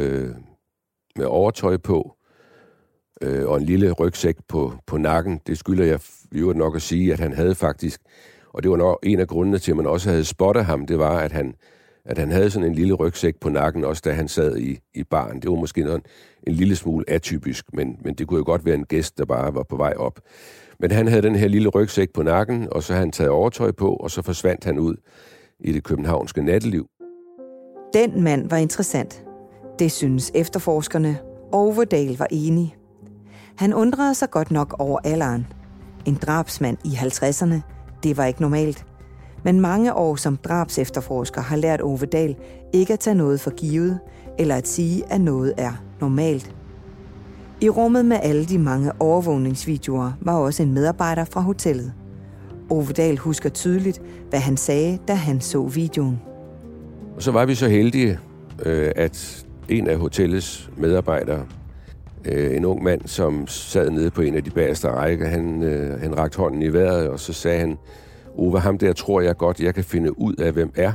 med overtøj på, og en lille rygsæk på nakken. Det skylder jeg jo nok at sige, at han havde faktisk, og det var nok en af grundene til, at man også havde spottet ham, det var, at han havde sådan en lille rygsæk på nakken, også da han sad i baren. Det var måske en lille smule atypisk, men det kunne jo godt være en gæst, der bare var på vej op. Men han havde den her lille rygsæk på nakken, og så havde han taget overtøj på, og så forsvandt han ud i det københavnske natteliv. Den mand var interessant. Det synes efterforskerne, og Overdal var enig. Han undrede sig godt nok over alderen. En drabsmand i 50'erne, det var ikke normalt. Men mange år som drabsefterforsker har lært Overdal ikke at tage noget for givet, eller at sige, at noget er normalt. I rummet med alle de mange overvågningsvideoer var også en medarbejder fra hotellet. Overdal husker tydeligt, hvad han sagde, da han så videoen. Og så var vi så heldige, at en af hotellets medarbejdere, en ung mand, som sad nede på en af de bagerste rækker, han rakte hånden i vejret, og så sagde han, Ove, ham der tror jeg godt, jeg kan finde ud af, hvem er.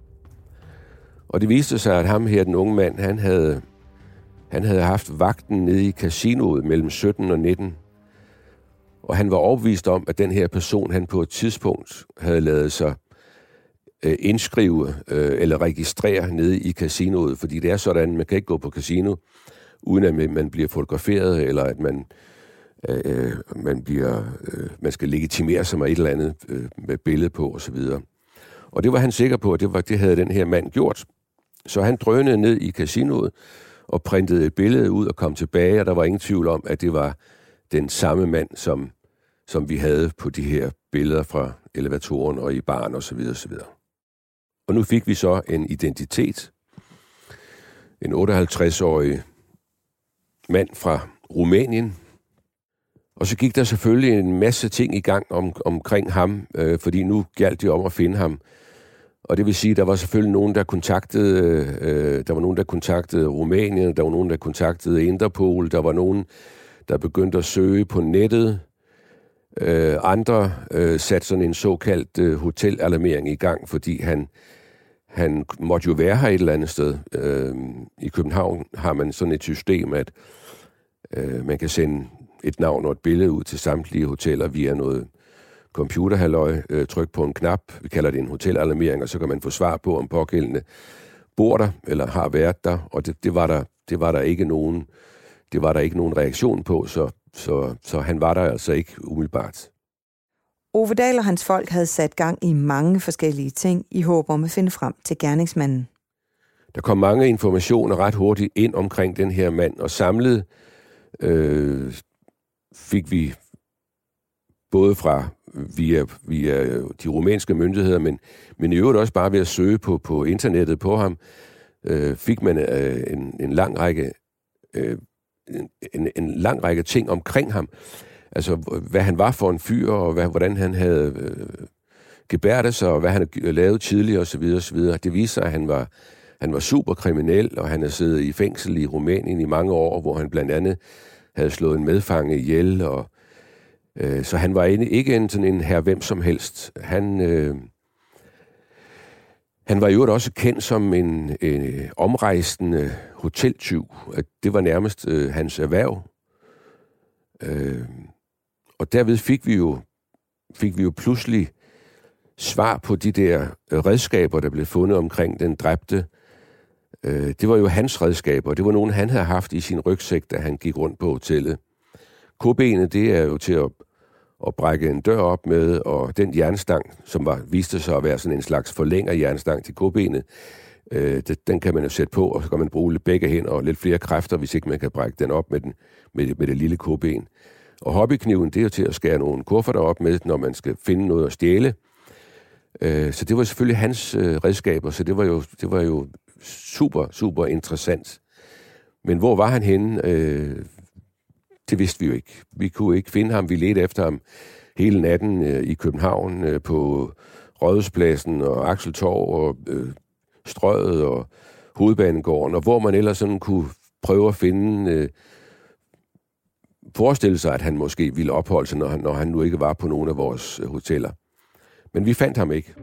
Og det viste sig, at ham her, den unge mand, han havde haft vagten nede i casinoet mellem 17 og 19. Og han var overbevist om, at den her person, han på et tidspunkt havde ladet sig indskrive eller registrere nede i casinoet. Fordi det er sådan, man kan ikke gå på casino, uden at man bliver fotograferet, eller at man skal legitimere sig med et eller andet med billede på osv. Og det var han sikker på, at det havde den her mand gjort. Så han drønede ned i casinoet og printede et billede ud og kom tilbage, og der var ingen tvivl om, at det var den samme mand, som vi havde på de her billeder fra elevatoren og i baren osv. osv. Og nu fik vi så en identitet. En 58-årig mand fra Rumænien. Og så gik der selvfølgelig en masse ting i gang omkring ham, fordi nu galt det om at finde ham. Og det vil sige, at der var selvfølgelig nogen, der kontaktede Rumænien, der var nogen, der kontaktede Interpol, der var nogen, der begyndte at søge på nettet. Andre satte sådan en såkaldt hotelalarmering i gang, fordi han måtte jo være her et eller andet sted. I København har man sådan et system, at man kan sende et navn og et billede ud til samtlige hoteller via noget computerhalløj, tryk på en knap, vi kalder det en hotelalarmering, og så kan man få svar på, om pågældende bor der, eller har været der, og det var der ikke nogen reaktion på, så han var der altså ikke umiddelbart. Overdal og hans folk havde sat gang i mange forskellige ting i håb om at finde frem til gerningsmanden. Der kom mange informationer ret hurtigt ind omkring den her mand, og samlet fik vi både fra via de rumænske myndigheder, men i øvrigt også bare ved at søge på internettet på ham, fik man en lang række ting omkring ham. Altså, hvad han var for en fyr, og hvordan han havde gebærdet sig, og hvad han havde lavet tidligere, osv. osv. Det viste sig, at han var super kriminel, og han havde siddet i fængsel i Rumænien i mange år, hvor han blandt andet havde slået en medfange ihjel, og så han var ikke sådan en herre hvem som helst. Han var jo også kendt som en omrejsende hoteltyv. Det var nærmest hans erhverv. Og derved fik vi jo pludselig svar på de der redskaber, der blev fundet omkring den dræbte. Det var jo hans redskaber. Det var nogen, han havde haft i sin rygsæk, da han gik rundt på hotellet. Kobenet, det er jo til at brække en dør op med, og den jernstang, som viste sig at være sådan en slags forlænger jernstang til kobenet, den kan man jo sætte på, og så kan man bruge begge hænder og lidt flere kræfter, hvis ikke man kan brække den op med det lille koben. Og hobbykniven, det er jo til at skære nogle kufferter op med, når man skal finde noget at stjæle. Så det var selvfølgelig hans redskaber, så det var jo super, super interessant. Men hvor var han henne? Det vidste vi jo ikke. Vi kunne ikke finde ham. Vi ledte efter ham hele natten i København på Rådhuspladsen og Axeltorv og Strøget og Hovedbanegården, og hvor man ellers sådan kunne prøve at finde, forestille sig, at han måske ville opholde sig, når han nu ikke var på nogle af vores hoteller. Men vi fandt ham ikke.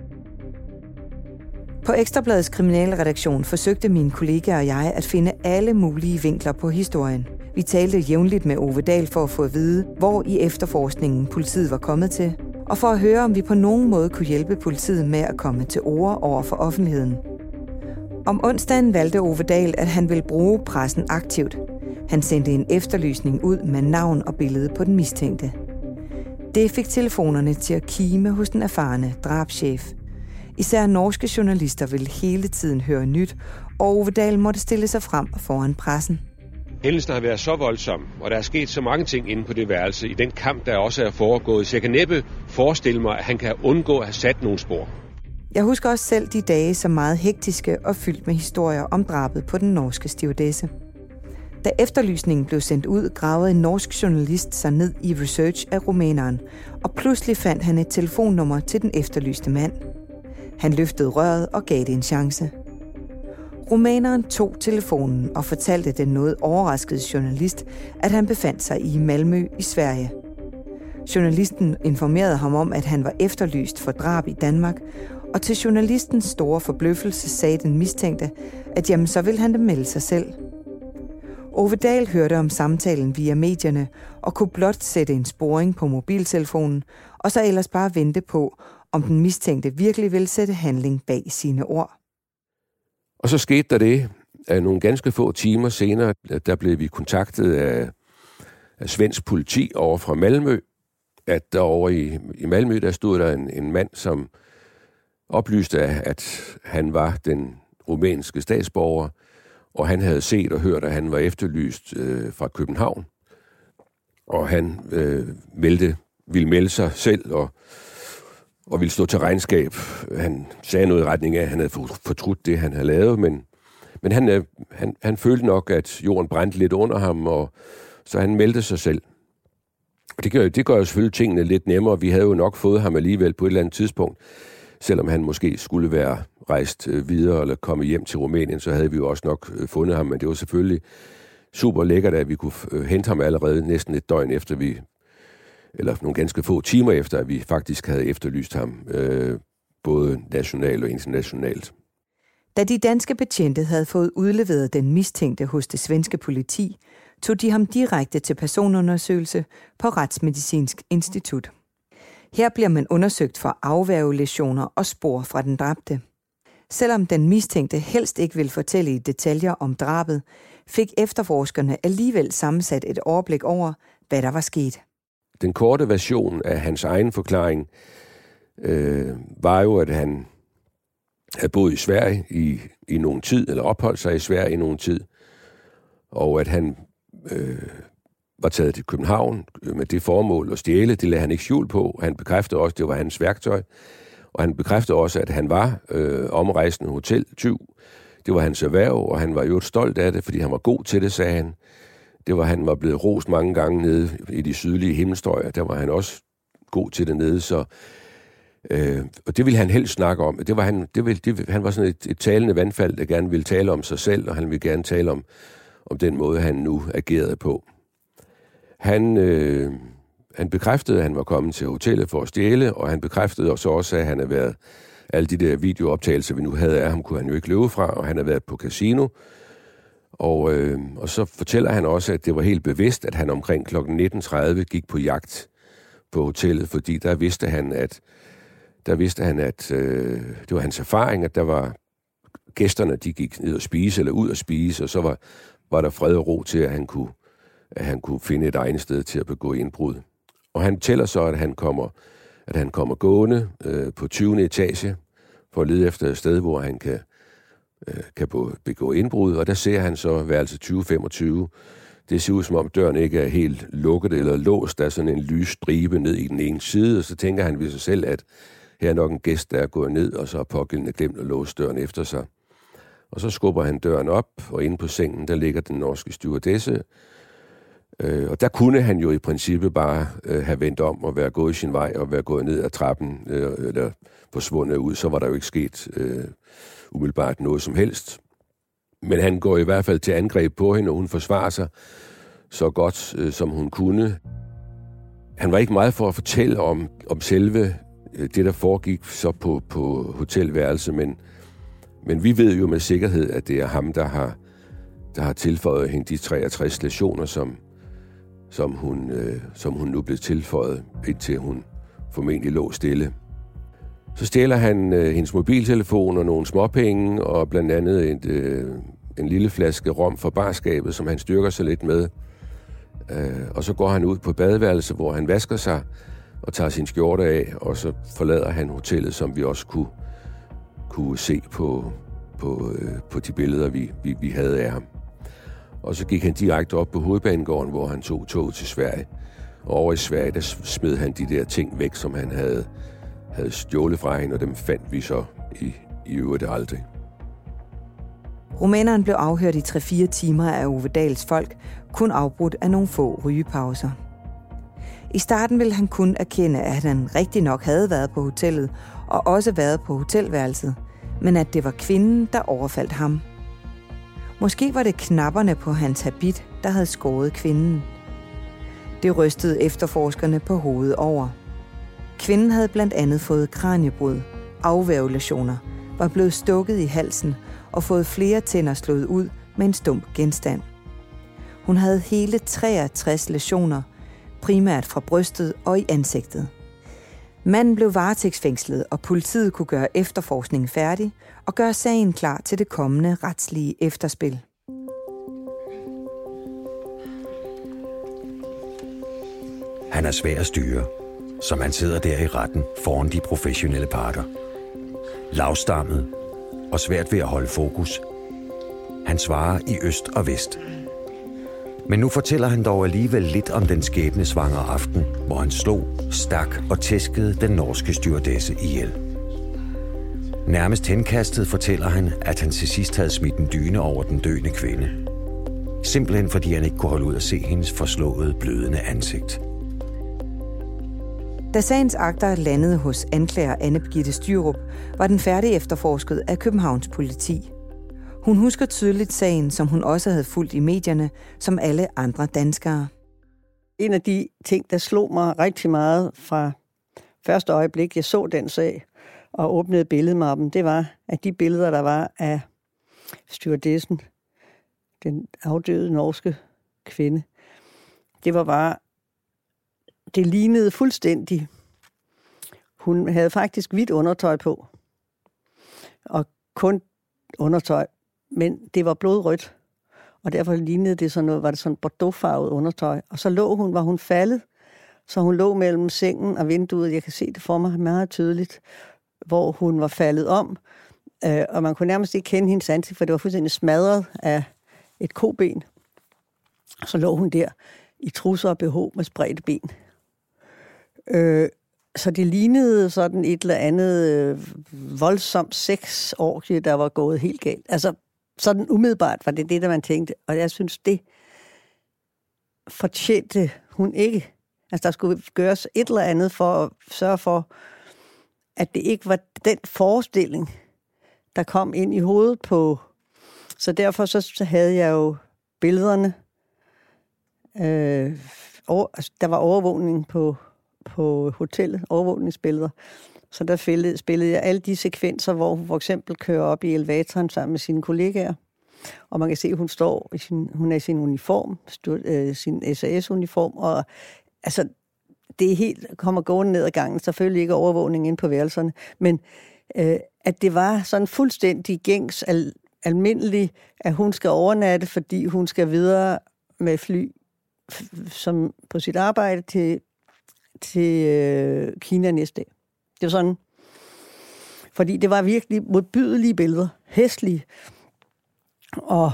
På Ekstrabladets kriminalredaktion forsøgte mine kollegaer og jeg at finde alle mulige vinkler på historien. Vi talte jævnligt med Ove Dahl for at få at vide, hvor i efterforskningen politiet var kommet til, og for at høre, om vi på nogen måde kunne hjælpe politiet med at komme til orde over for offentligheden. Om onsdagen valgte Ove Dahl, at han ville bruge pressen aktivt. Han sendte en efterlysning ud med navn og billede på den mistænkte. Det fik telefonerne til at kime hos den erfarne drabschef. Især norske journalister ville hele tiden høre nyt, og Ove Dahl måtte stille sig frem foran pressen. Hændelsen har været så voldsom, og der er sket så mange ting inde på det værelse i den kamp, der også er foregået, så jeg kan næppe forestille mig, at han kan undgå at have sat nogle spor. Jeg husker også selv de dage som meget hektiske og fyldt med historier om drabet på den norske stewardesse. Da efterlysningen blev sendt ud, gravede en norsk journalist sig ned i research af rumæneren, og pludselig fandt han et telefonnummer til den efterlyste mand. Han løftede røret og gav det en chance. Rumæneren tog telefonen og fortalte den noget overraskede journalist, at han befandt sig i Malmø i Sverige. Journalisten informerede ham om, at han var efterlyst for drab i Danmark, og til journalistens store forbløffelse sagde den mistænkte, at jamen så ville han da melde sig selv. Ove Dahl hørte om samtalen via medierne og kunne blot sætte en sporing på mobiltelefonen, og så ellers bare vente på, om den mistænkte virkelig ville sætte handling bag sine ord. Og så skete der det, at nogle ganske få timer senere, der blev vi kontaktet af svensk politi over fra Malmø, at derovre i Malmø, der stod der en mand, som oplyste, at han var den rumænske statsborger, og han havde set og hørt, at han var efterlyst fra København. Og han ville melde sig selv og ville stå til regnskab. Han sagde noget i retning af, at han havde fortrudt det, han havde lavet, men han følte nok, at jorden brændte lidt under ham, og så han meldte sig selv. Og det gør jo selvfølgelig tingene lidt nemmere. Vi havde jo nok fået ham alligevel på et eller andet tidspunkt. Selvom han måske skulle være rejst videre eller komme hjem til Rumænien, så havde vi jo også nok fundet ham. Men det var selvfølgelig super lækkert, at vi kunne hente ham allerede næsten et døgn efter eller nogle ganske få timer efter, at vi faktisk havde efterlyst ham, både nationalt og internationalt. Da de danske betjente havde fået udleveret den mistænkte hos det svenske politi, tog de ham direkte til personundersøgelse på Retsmedicinsk Institut. Her bliver man undersøgt for afværgelæsioner og spor fra den dræbte. Selvom den mistænkte helst ikke vil fortælle i detaljer om drabet, fik efterforskerne alligevel sammensat et overblik over, hvad der var sket. Den korte version af hans egen forklaring var jo, at han havde boet i Sverige i nogen tid, eller opholdt sig i Sverige i nogen tid, og at han var taget til København med det formål at stjæle. Det lagde han ikke skjul på. Han bekræftede også, at det var hans værktøj, og han bekræftede også, at han var omrejsende hoteltyv. Det var hans erhverv, og han var jo stolt af det, fordi han var god til det, sagde han. Han var blevet rost mange gange nede i de sydlige himmelstrøg, der var han også god til det nede, så og det ville han helst snakke om. Han var sådan et talende vandfald, der gerne ville tale om sig selv, og han ville gerne tale om den måde, han nu agerede på. Han bekræftede, at han var kommet til hotellet for at stjæle, og han bekræftede også, at han havde været alle de der videooptagelser, vi nu havde af ham, kunne han jo ikke løbe fra, og han har været på casino. Og så fortæller han også, at det var helt bevidst, at han omkring kl. 19.30 gik på jagt på hotellet, fordi der vidste han, at det var hans erfaring, at der var gæsterne, de gik ned og spise, eller ud og spise, og så var der fred og ro til, at han kunne finde et egnet sted til at begå indbrud. Og han fortæller så, at han kommer gående på 20. etage for at lede efter et sted, hvor han kan begå indbrud, og der ser han så værelse 2025. Det ser ud som om døren ikke er helt lukket eller låst. Der er sådan en lys stribe ned i den ene side, og så tænker han ved sig selv, at her er nok en gæst, der er gået ned, og så har pågældende glemt at låse døren efter sig. Og så skubber han døren op, og inde på sengen, der ligger den norske stewardesse. Og der kunne han jo i princippet bare have vendt om og være gået i sin vej og være gået ned ad trappen eller forsvundet ud. Så var der jo ikke sket umiddelbart noget som helst. Men han går i hvert fald til angreb på hende, og hun forsvarer sig så godt, som hun kunne. Han var ikke meget for at fortælle om selve det, der foregik så på hotelværelse, men vi ved jo med sikkerhed, at det er ham, der har tilføjet hende de 63 lesioner, som hun nu blev tilføjet, indtil hun formentlig lå stille. Så stjæler han hendes mobiltelefon og nogle småpenge, og blandt andet en lille flaske rom fra barskabet, som han styrker sig lidt med. Og så går han ud på badeværelset, hvor han vasker sig og tager sin skjorte af, og så forlader han hotellet, som vi også kunne se på de billeder, vi havde af ham. Og så gik han direkte op på Hovedbanegården, hvor han tog toget til Sverige. Og over i Sverige, der smed han de der ting væk, som han havde stjålet fra hende, og dem fandt vi så i øvrigt aldrig. Rumæneren blev afhørt i 3-4 timer af Ove Dahls folk, kun afbrudt af nogle få rygepauser. I starten ville han kun erkende, at han rigtig nok havde været på hotellet, og også været på hotelværelset, men at det var kvinden, der overfaldt ham. Måske var det knapperne på hans habit, der havde skåret kvinden. Det rystede efterforskerne på hovedet over. Kvinden havde blandt andet fået kraniebrud, afvævlesioner, var blevet stukket i halsen og fået flere tænder slået ud med en stump genstand. Hun havde hele 63 lesioner, primært fra brystet og i ansigtet. Manden blev varetægtsfængslet, og politiet kunne gøre efterforskningen færdig og gøre sagen klar til det kommende retslige efterspil. Han er svær at styre, som han sidder der i retten foran de professionelle parter. Lavstammet og svært ved at holde fokus. Han svarer i øst og vest. Men nu fortæller han dog alligevel lidt om den skæbnesvangre aften, hvor han slog, stak og tæskede den norske stewardesse ihjel. Nærmest henkastet fortæller han, at han til sidst havde smidt en dyne over den døende kvinde. Simpelthen fordi han ikke kunne holde ud at se hendes forslåede, blødende ansigt. Da sagens akter landede hos anklager Anne Birgitte Styrup, var den færdig efterforsket af Københavns politi. Hun husker tydeligt sagen, som hun også havde fulgt i medierne, som alle andre danskere. En af de ting, der slog mig rigtig meget fra første øjeblik, jeg så den sag og åbnede billedmappen, det var, at de billeder, der var af stewardessen, den afdøde norske kvinde, det var bare, det lignede fuldstændig. Hun havde faktisk hvidt undertøj på, og kun undertøj, men det var blodrødt, og derfor lignede det sådan noget, var det sådan bordeauxfarvet undertøj. Og så var hun faldet, så hun lå mellem sengen og vinduet, jeg kan se det for mig meget tydeligt, hvor hun var faldet om, og man kunne nærmest ikke kende hendes ansigt, for det var fuldstændig smadret af et koben. Så lå hun der i trusser og BH med spredte ben. Så det lignede sådan et eller andet voldsomt sexorgie, der var gået helt galt. Altså, sådan umiddelbart var det, der man tænkte. Og jeg synes, det fortjente hun ikke. Altså, der skulle gøres et eller andet for at sørge for, at det ikke var den forestilling, der kom ind i hovedet på. Så derfor så havde jeg jo billederne. Der var overvågning på på hotellet, overvågningsbilleder. Så der spillede jeg alle de sekvenser, hvor hun for eksempel kører op i elevatoren sammen med sine kollegaer. Og man kan se, at hun er i sin uniform, sin SAS-uniform, og altså, det er helt kommer gående ned ad gangen, selvfølgelig ikke overvågning inde på værelserne, men at det var sådan fuldstændig gængs almindelig, at hun skal overnatte, fordi hun skal videre med fly som på sit arbejde til Kina næste dag. Det var sådan, fordi det var virkelig modbydelige billeder, hæslige. Og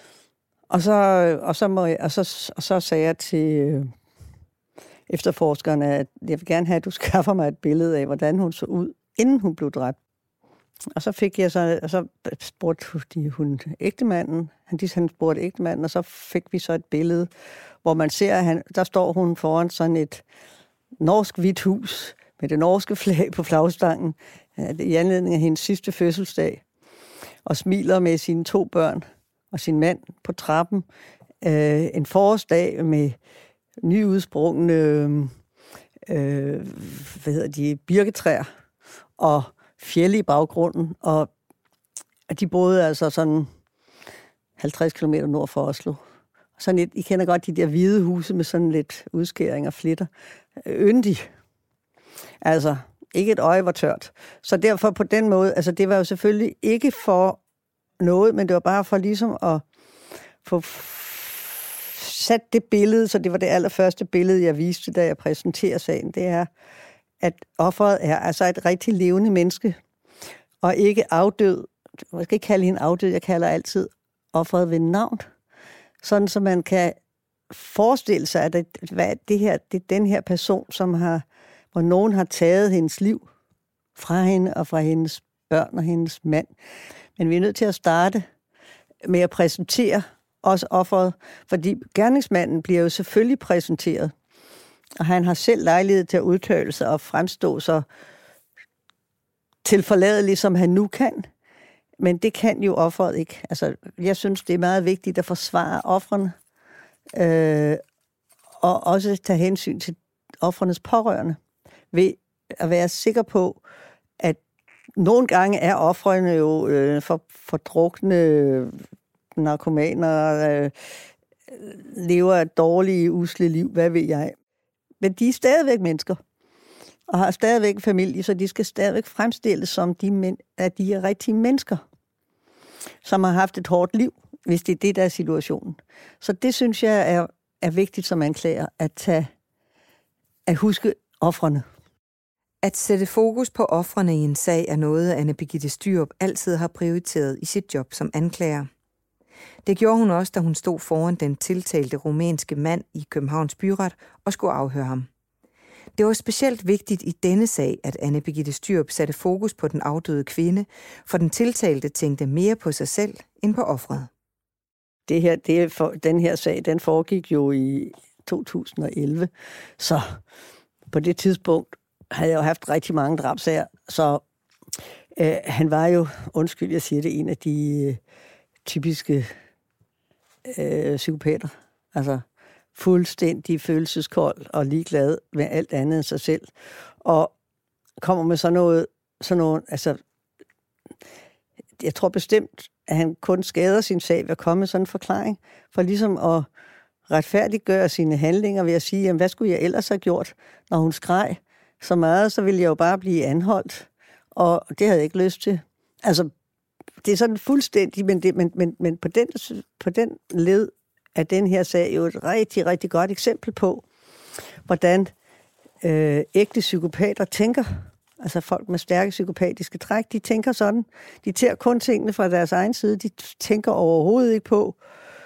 så sagde jeg til efterforskerne, at jeg vil gerne have, at du skaffer mig et billede af, hvordan hun så ud, inden hun blev dræbt. Og så fik jeg så spurgte hun ægtemanden, han spurgte ægtemanden, og så fik vi så et billede, hvor man ser, der står hun foran sådan et norsk hvidt hus med det norske flag på flagstangen i anledning af hendes sidste fødselsdag, og smiler med sine 2 børn og sin mand på trappen. En forårsdag med nyudsprungne birketræer og fjelde i baggrunden, og de boede altså sådan 50 km nord for Oslo. Sådan I kender godt de der hvide huse med sådan lidt udskæring og flitter. Yndig. Altså, ikke et øje var tørt. Så derfor på den måde, altså det var jo selvfølgelig ikke for noget, men det var bare for ligesom at få sat det billede, så det var det allerførste billede, jeg viste, da jeg præsenterer sagen, det er, at offeret er altså et rigtig levende menneske, og ikke afdød. Jeg skal ikke kalde hende afdød, jeg kalder altid offeret ved navn. Sådan, så man kan forestille sig, at det er den her person, hvor nogen har taget hendes liv fra hende og fra hendes børn og hendes mand. Men vi er nødt til at starte med at præsentere også offeret, fordi gerningsmanden bliver jo selvfølgelig præsenteret, og han har selv lejlighed til at udtale sig og fremstå så tilforladelig, som han nu kan. Men det kan jo offeret ikke. Altså, jeg synes, det er meget vigtigt at forsvare ofrene, og også tage hensyn til ofrenes pårørende, ved at være sikker på, at nogle gange er ofrene jo fordrukne narkomaner, lever et dårligt, usle liv, hvad ved jeg. Men de er stadigvæk mennesker, og har stadigvæk familie, så de skal stadigvæk fremstilles som at de er rigtige mennesker, som har haft et hårdt liv, hvis det er det, der er situationen. Så det synes jeg er vigtigt som anklager, at huske ofrene. At sætte fokus på ofrene i en sag er noget, Anne Birgitte Styrup altid har prioriteret i sit job som anklager. Det gjorde hun også, da hun stod foran den tiltalte rumænske mand i Københavns Byret og skulle afhøre ham. Det var specielt vigtigt i denne sag, at Anne Birgitte Styrup satte fokus på den afdøde kvinde, for den tiltalte tænkte mere på sig selv end på offeret. Den her sag, den foregik jo i 2011, så på det tidspunkt havde jeg jo haft rigtig mange drabsager, så han var jo, undskyld, jeg siger det, en af de typiske psykopater. Altså fuldstændig følelseskold og ligeglad med alt andet end sig selv. Og kommer med sådan noget, altså, jeg tror bestemt, at han kun skader sin sag ved at komme med sådan en forklaring, for ligesom at retfærdiggøre sine handlinger ved at sige, jamen, hvad skulle jeg ellers have gjort, når hun skreg så meget, så ville jeg jo bare blive anholdt, og det havde jeg ikke lyst til. Altså, det er sådan fuldstændig, men på den led er den her sag jo et rigtig, rigtig godt eksempel på, hvordan ægte psykopater tænker. Altså folk med stærke psykopatiske træk, de tænker sådan. De tager kun tingene fra deres egen side. De tænker overhovedet ikke på.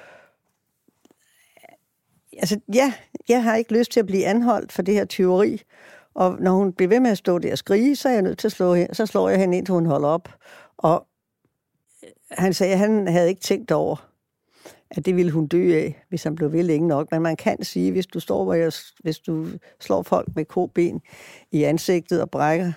Altså, ja, jeg har ikke lyst til at blive anholdt for det her tyveri. Og når hun bliver ved med at stå der og skrige, så er jeg nødt til at slå hende. Så slår jeg hende ind, til hun holder op. Og han sagde, at han havde ikke tænkt over, at det ville hun dø af, hvis han blev ved længe nok. Men man kan sige, hvis du slår folk med koben i ansigtet og brækker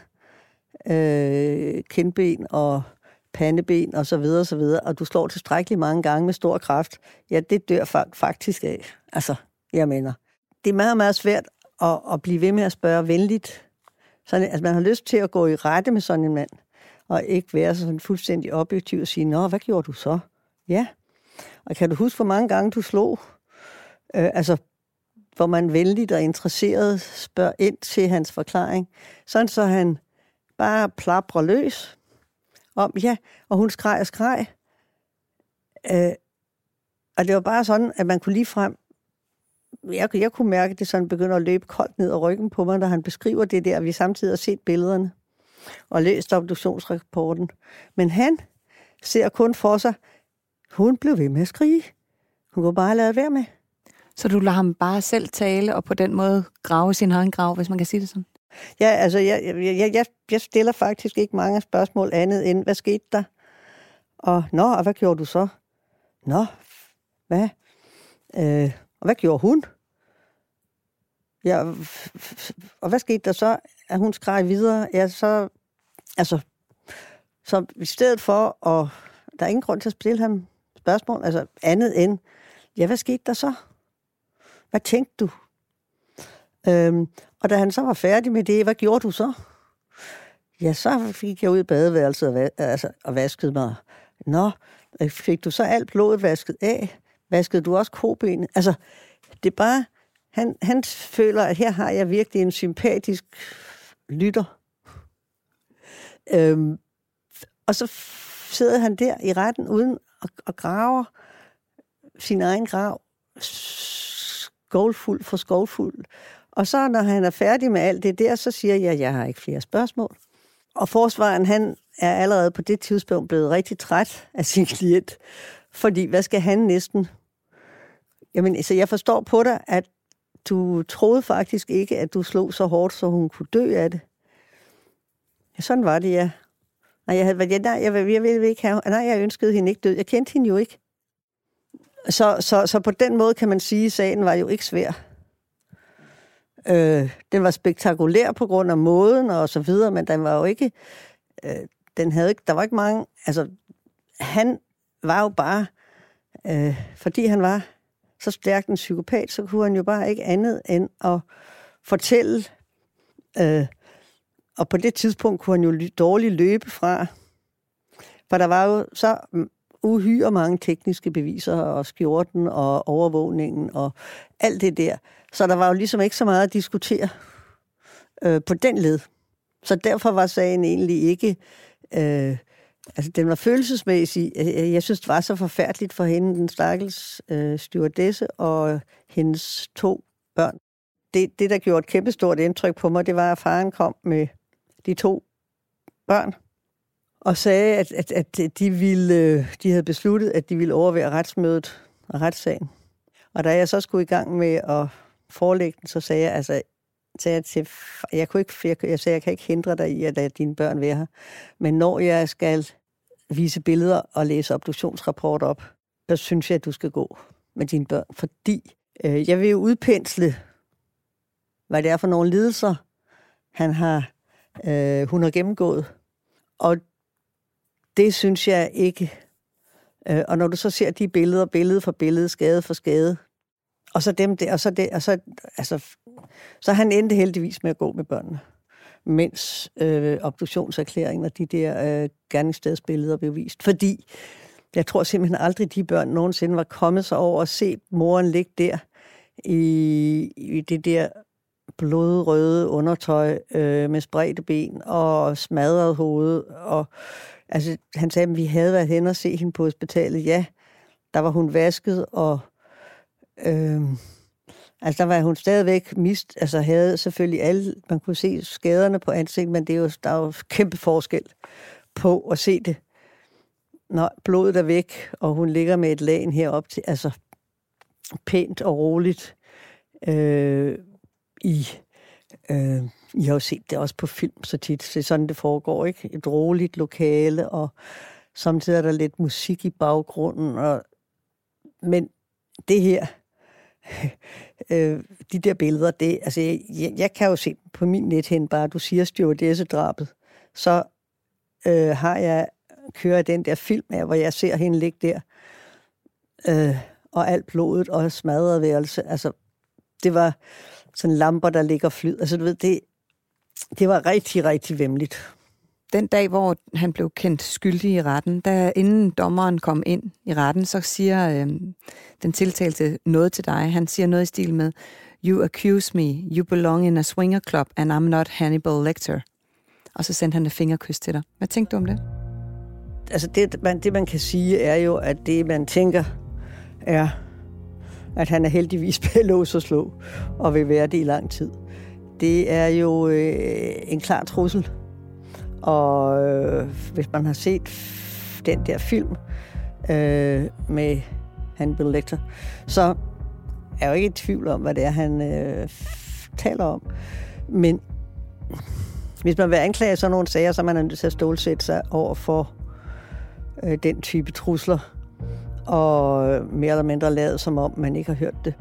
kindben og pandeben og så videre, og du slår tilstrækkeligt mange gange med stor kraft, ja, det dør faktisk af. Altså, jeg mener, det er meget, meget svært og blive ved med at spørge venligt. Sådan, altså man har lyst til at gå i rette med sådan en mand, og ikke være sådan fuldstændig objektiv og sige, nå, hvad gjorde du så? Ja. Og kan du huske, hvor mange gange du slog? Hvor man venligt og interesseret spørger ind til hans forklaring. Sådan så han bare plaprer løs om, ja, og hun skreg og skreg. Og det var bare sådan, at man kunne ligefrem... Jeg kunne mærke, at det sådan begynder at løbe koldt ned ad ryggen på mig, da han beskriver det der, vi samtidig har set billederne og læst obduktionsrapporten. Men han ser kun for sig, hun blev ved med at skrige. Hun kunne bare lade være med. Så du lader ham bare selv tale, og på den måde grave sin egen grav, hvis man kan sige det sådan? Ja, altså, jeg stiller faktisk ikke mange spørgsmål andet end, hvad skete der? Og hvad gjorde du så? Hvad? Og hvad gjorde hun? Ja, og hvad skete der så? At hun skreg videre? Ja, så i stedet for, og der er ingen grund til at stille ham spørgsmål, altså andet end, ja, hvad skete der så? Hvad tænkte du? Og da han så var færdig med det, hvad gjorde du så? Ja, så gik jeg ud i badeværelset og vaskede mig. Fik du så alt blodet vasket af? Vaskede du også kobenet? Altså, det er bare... Han føler, at her har jeg virkelig en sympatisk lytter. Og så sidder han der i retten uden at grave sin egen grav skovlfuld for skovlfuld. Og så, når han er færdig med alt det der, så siger jeg har ikke flere spørgsmål. Og forsvaren, han er allerede på det tidspunkt blevet rigtig træt af sin klient. Fordi, hvad skal han næsten... Jamen, så jeg forstår på dig, at du troede faktisk ikke, at du slog så hårdt, så hun kunne dø af det. Ja, sådan var det, ja. Jeg ville ikke have... Nej, jeg ønskede hende ikke død. Jeg kendte hende jo ikke. Så på den måde kan man sige, at sagen var jo ikke svær. Den var spektakulær på grund af måden og så videre, men den var jo ikke... Der var ikke mange... Altså, han var jo bare... fordi han var så stærkt en psykopat, så kunne han jo bare ikke andet end at fortælle. Og på det tidspunkt kunne han jo dårligt løbe fra. For der var jo så uhyre mange tekniske beviser, og skjorten og overvågningen og alt det der. Så der var jo ligesom ikke så meget at diskutere på den led. Så derfor var sagen egentlig ikke... den var følelsesmæssig. Jeg synes, det var så forfærdeligt for hende, den stakkels stewardesse og hendes 2 børn. Det, der gjorde et kæmpestort indtryk på mig, det var, at faren kom med de 2 børn og sagde, at de havde besluttet, at de ville overvære retsmødet og retssagen. Og da jeg så skulle i gang med at forelægge den, så sagde jeg, jeg kan ikke hindre dig i at lade dine børn være her. Men når jeg skal vise billeder og læse obduktionsrapporter op, så synes jeg, at du skal gå med dine børn. Fordi jeg vil jo udpensle, hvad det er for nogle lidelser, hun har gennemgået. Og det synes jeg ikke. Og når du så ser de billeder, billede for billede, skade for skade, og så dem der, så han endte heldigvis med at gå med børnene. Mens obduktionserklæringen og de der gerningsstedsbilleder blev vist. Fordi jeg tror simpelthen aldrig, de børn nogensinde var kommet sig over at se moren ligge der i det der blodrøde undertøj med spredte ben og smadret hoved. Og, altså, han sagde, at vi havde været hen og se hende på hospitalet. Ja, der var hun vasket, og der var hun stadigvæk havde selvfølgelig alle, man kunne se skaderne på ansigtet, men der er jo kæmpe forskel på at se det, når blodet er væk, og hun ligger med et lagen herop til, altså pænt og roligt. I har jo set det også på film så tit, så sådan det foregår, ikke? Et roligt lokale, og samtidig er der lidt musik i baggrunden, men det her, de der billeder, det, altså jeg kan jo se på min nethænde bare, du siger stewardessedrabet, så kører den der film af, hvor jeg ser hende ligge der, og alt blodet og smadret værelse, altså det var sådan lamper, der ligger flyd. Altså du ved, det var rigtig, rigtig væmmeligt. Den dag, hvor han blev kendt skyldig i retten, inden dommeren kom ind i retten, så siger den tiltalte noget til dig. Han siger noget i stil med, "You accuse me, you belong in a swinger club, and I'm not Hannibal Lecter." Og så sendte han et fingerkys til dig. Hvad tænkte du om det? Altså det man kan sige, er jo, at det man tænker er, at han er heldigvis bag lås og slå, og vil være det i lang tid. Det er jo en klar trussel. Og hvis man har set den der film med Hannibal Lecter, så er jeg jo ikke i tvivl om, hvad det er, han taler om. Men hvis man vil anklage sådan nogle sager, så er man nødt til at stålsætte sig over for den type trusler, og mere eller mindre lade, som om man ikke har hørt det.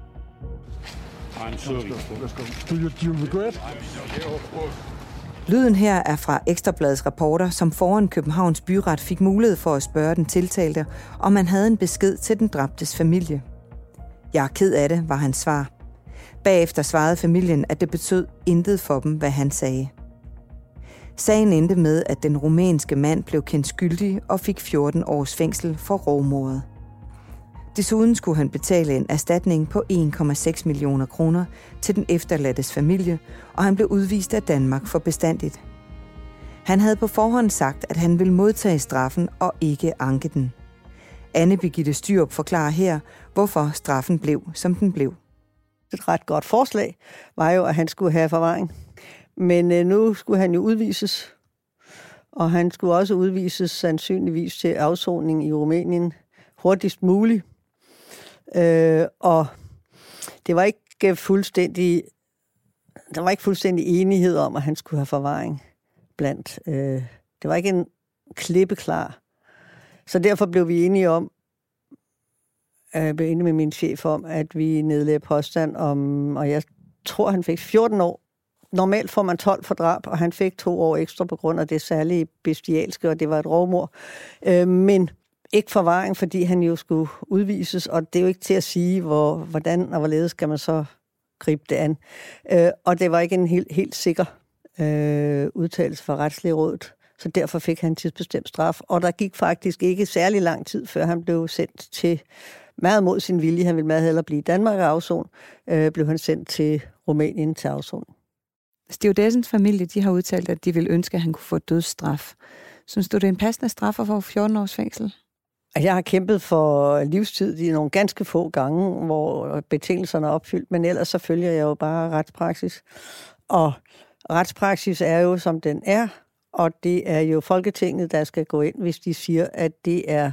Lyden her er fra Ekstra Bladets reporter, som foran Københavns Byret fik mulighed for at spørge den tiltalte, om han havde en besked til den dræbtes familie. "Jeg er ked af det", var hans svar. Bagefter svarede familien, at det betød intet for dem, hvad han sagde. Sagen endte med, at den rumænske mand blev kendt skyldig og fik 14 års fængsel for rovmordet. Desuden skulle han betale en erstatning på 1,6 millioner kroner til den efterladtes familie, og han blev udvist af Danmark for bestandigt. Han havde på forhånd sagt, at han ville modtage straffen og ikke anke den. Anne Birgitte Styrup forklarer her, hvorfor straffen blev, som den blev. Et ret godt forslag var jo, at han skulle have forvaring. Men nu skulle han jo udvises, og han skulle også udvises sandsynligvis til afsoning i Rumænien hurtigst muligt. Og det var ikke fuldstændig, der var ikke fuldstændig enighed om, at han skulle have forvaring blandt. Det var ikke en klippeklar. Så derfor blev vi enige om, med min chef om, at vi nedlagde påstand om, og jeg tror, han fik 14 år. Normalt får man 12 for drab, og han fik 2 år ekstra på grund af det særlige bestialske, og det var et rovmord. Men ikke forvaring, fordi han jo skulle udvises, og det er jo ikke til at sige, hvordan og hvorledes skal man så gribe det an. Og det var ikke en helt sikker udtalelse fra Retslige Rådet, så derfor fik han tidsbestemt straf. Og der gik faktisk ikke særlig lang tid, før han blev sendt til, meget mod sin vilje, han ville meget hellere blive i Danmark og afson, blev han sendt til Rumænien til afson. Stewardessens familie, de har udtalt, at de ville ønske, at han kunne få dødsstraf. Synes du, det er en passende straf at få 14 års fængsel? Jeg har kæmpet for livstid i nogle ganske få gange, hvor betingelserne er opfyldt, men ellers så følger jeg jo bare retspraksis. Og retspraksis er jo, som den er, og det er jo Folketinget, der skal gå ind, hvis de siger, at det er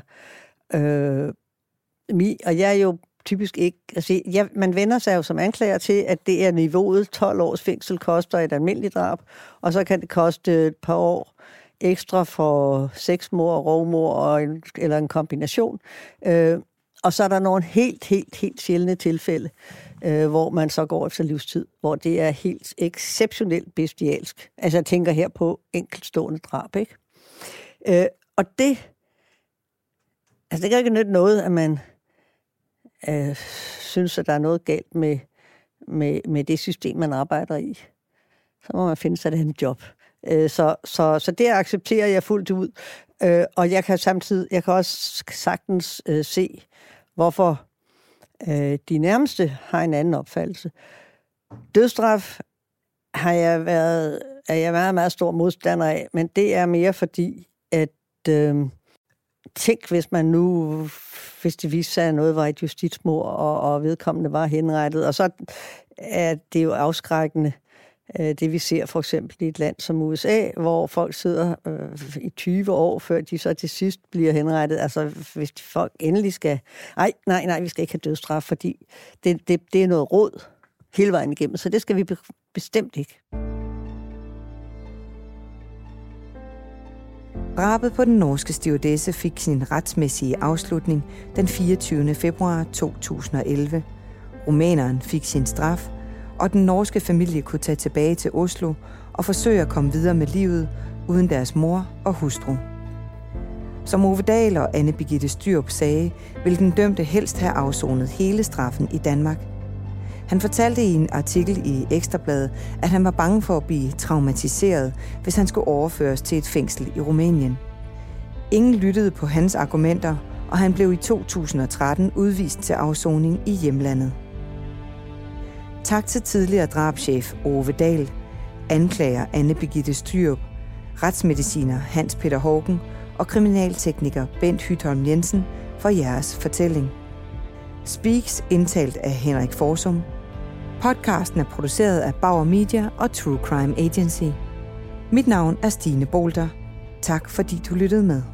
og jeg er jo typisk ikke. Altså, man vender sig jo som anklager til, at det er niveauet. 12 års fængsel koster et almindeligt drab, og så kan det koste et par år ekstra for sexmord, rovmord eller en kombination. Og så er der nogle helt sjældne tilfælde, hvor man så går efter livstid, hvor det er helt exceptionelt bestialsk. Altså jeg tænker her på enkeltstående drab, ikke? Og det kan ikke nytte noget, at man synes, at der er noget galt med det system, man arbejder i. Så må man finde sig et andet job. Så det accepterer jeg fuldt ud. Og jeg kan også sagtens se, hvorfor de nærmeste har en anden opfattelse. Dødsstraf er jeg meget, meget stor modstander af, men det er mere fordi, at tænk, hvis det viste sig, at noget var et justitsmord, og vedkommende var henrettet, og så er det jo afskrækkende, det vi ser for eksempel i et land som USA, hvor folk sidder i 20 år, før de så til sidst bliver henrettet. Altså, hvis folk endelig skal... Nej, vi skal ikke have dødsstraf, fordi det er noget råd hele vejen igennem, så det skal vi bestemt ikke. Drabet på den norske stewardesse fik sin retsmæssige afslutning den 24. februar 2011. Rumæneren fik sin straf, og den norske familie kunne tage tilbage til Oslo og forsøge at komme videre med livet uden deres mor og hustru. Som Ove Dahl og Anne Birgitte Styrup sagde, ville den dømte helst have afsonet hele straffen i Danmark. Han fortalte i en artikel i Ekstra Bladet, at han var bange for at blive traumatiseret, hvis han skulle overføres til et fængsel i Rumænien. Ingen lyttede på hans argumenter, og han blev i 2013 udvist til afsoning i hjemlandet. Tak til tidligere drabschef Ove Dahl, anklager Anne Birgitte Styrup, retsmediciner Hans Peter Hågen og kriminaltekniker Bent Hytholm Jensen for jeres fortælling. Speaks indtalt af Henrik Forsum. Podcasten er produceret af Bauer Media og True Crime Agency. Mit navn er Stine Bolter. Tak fordi du lyttede med.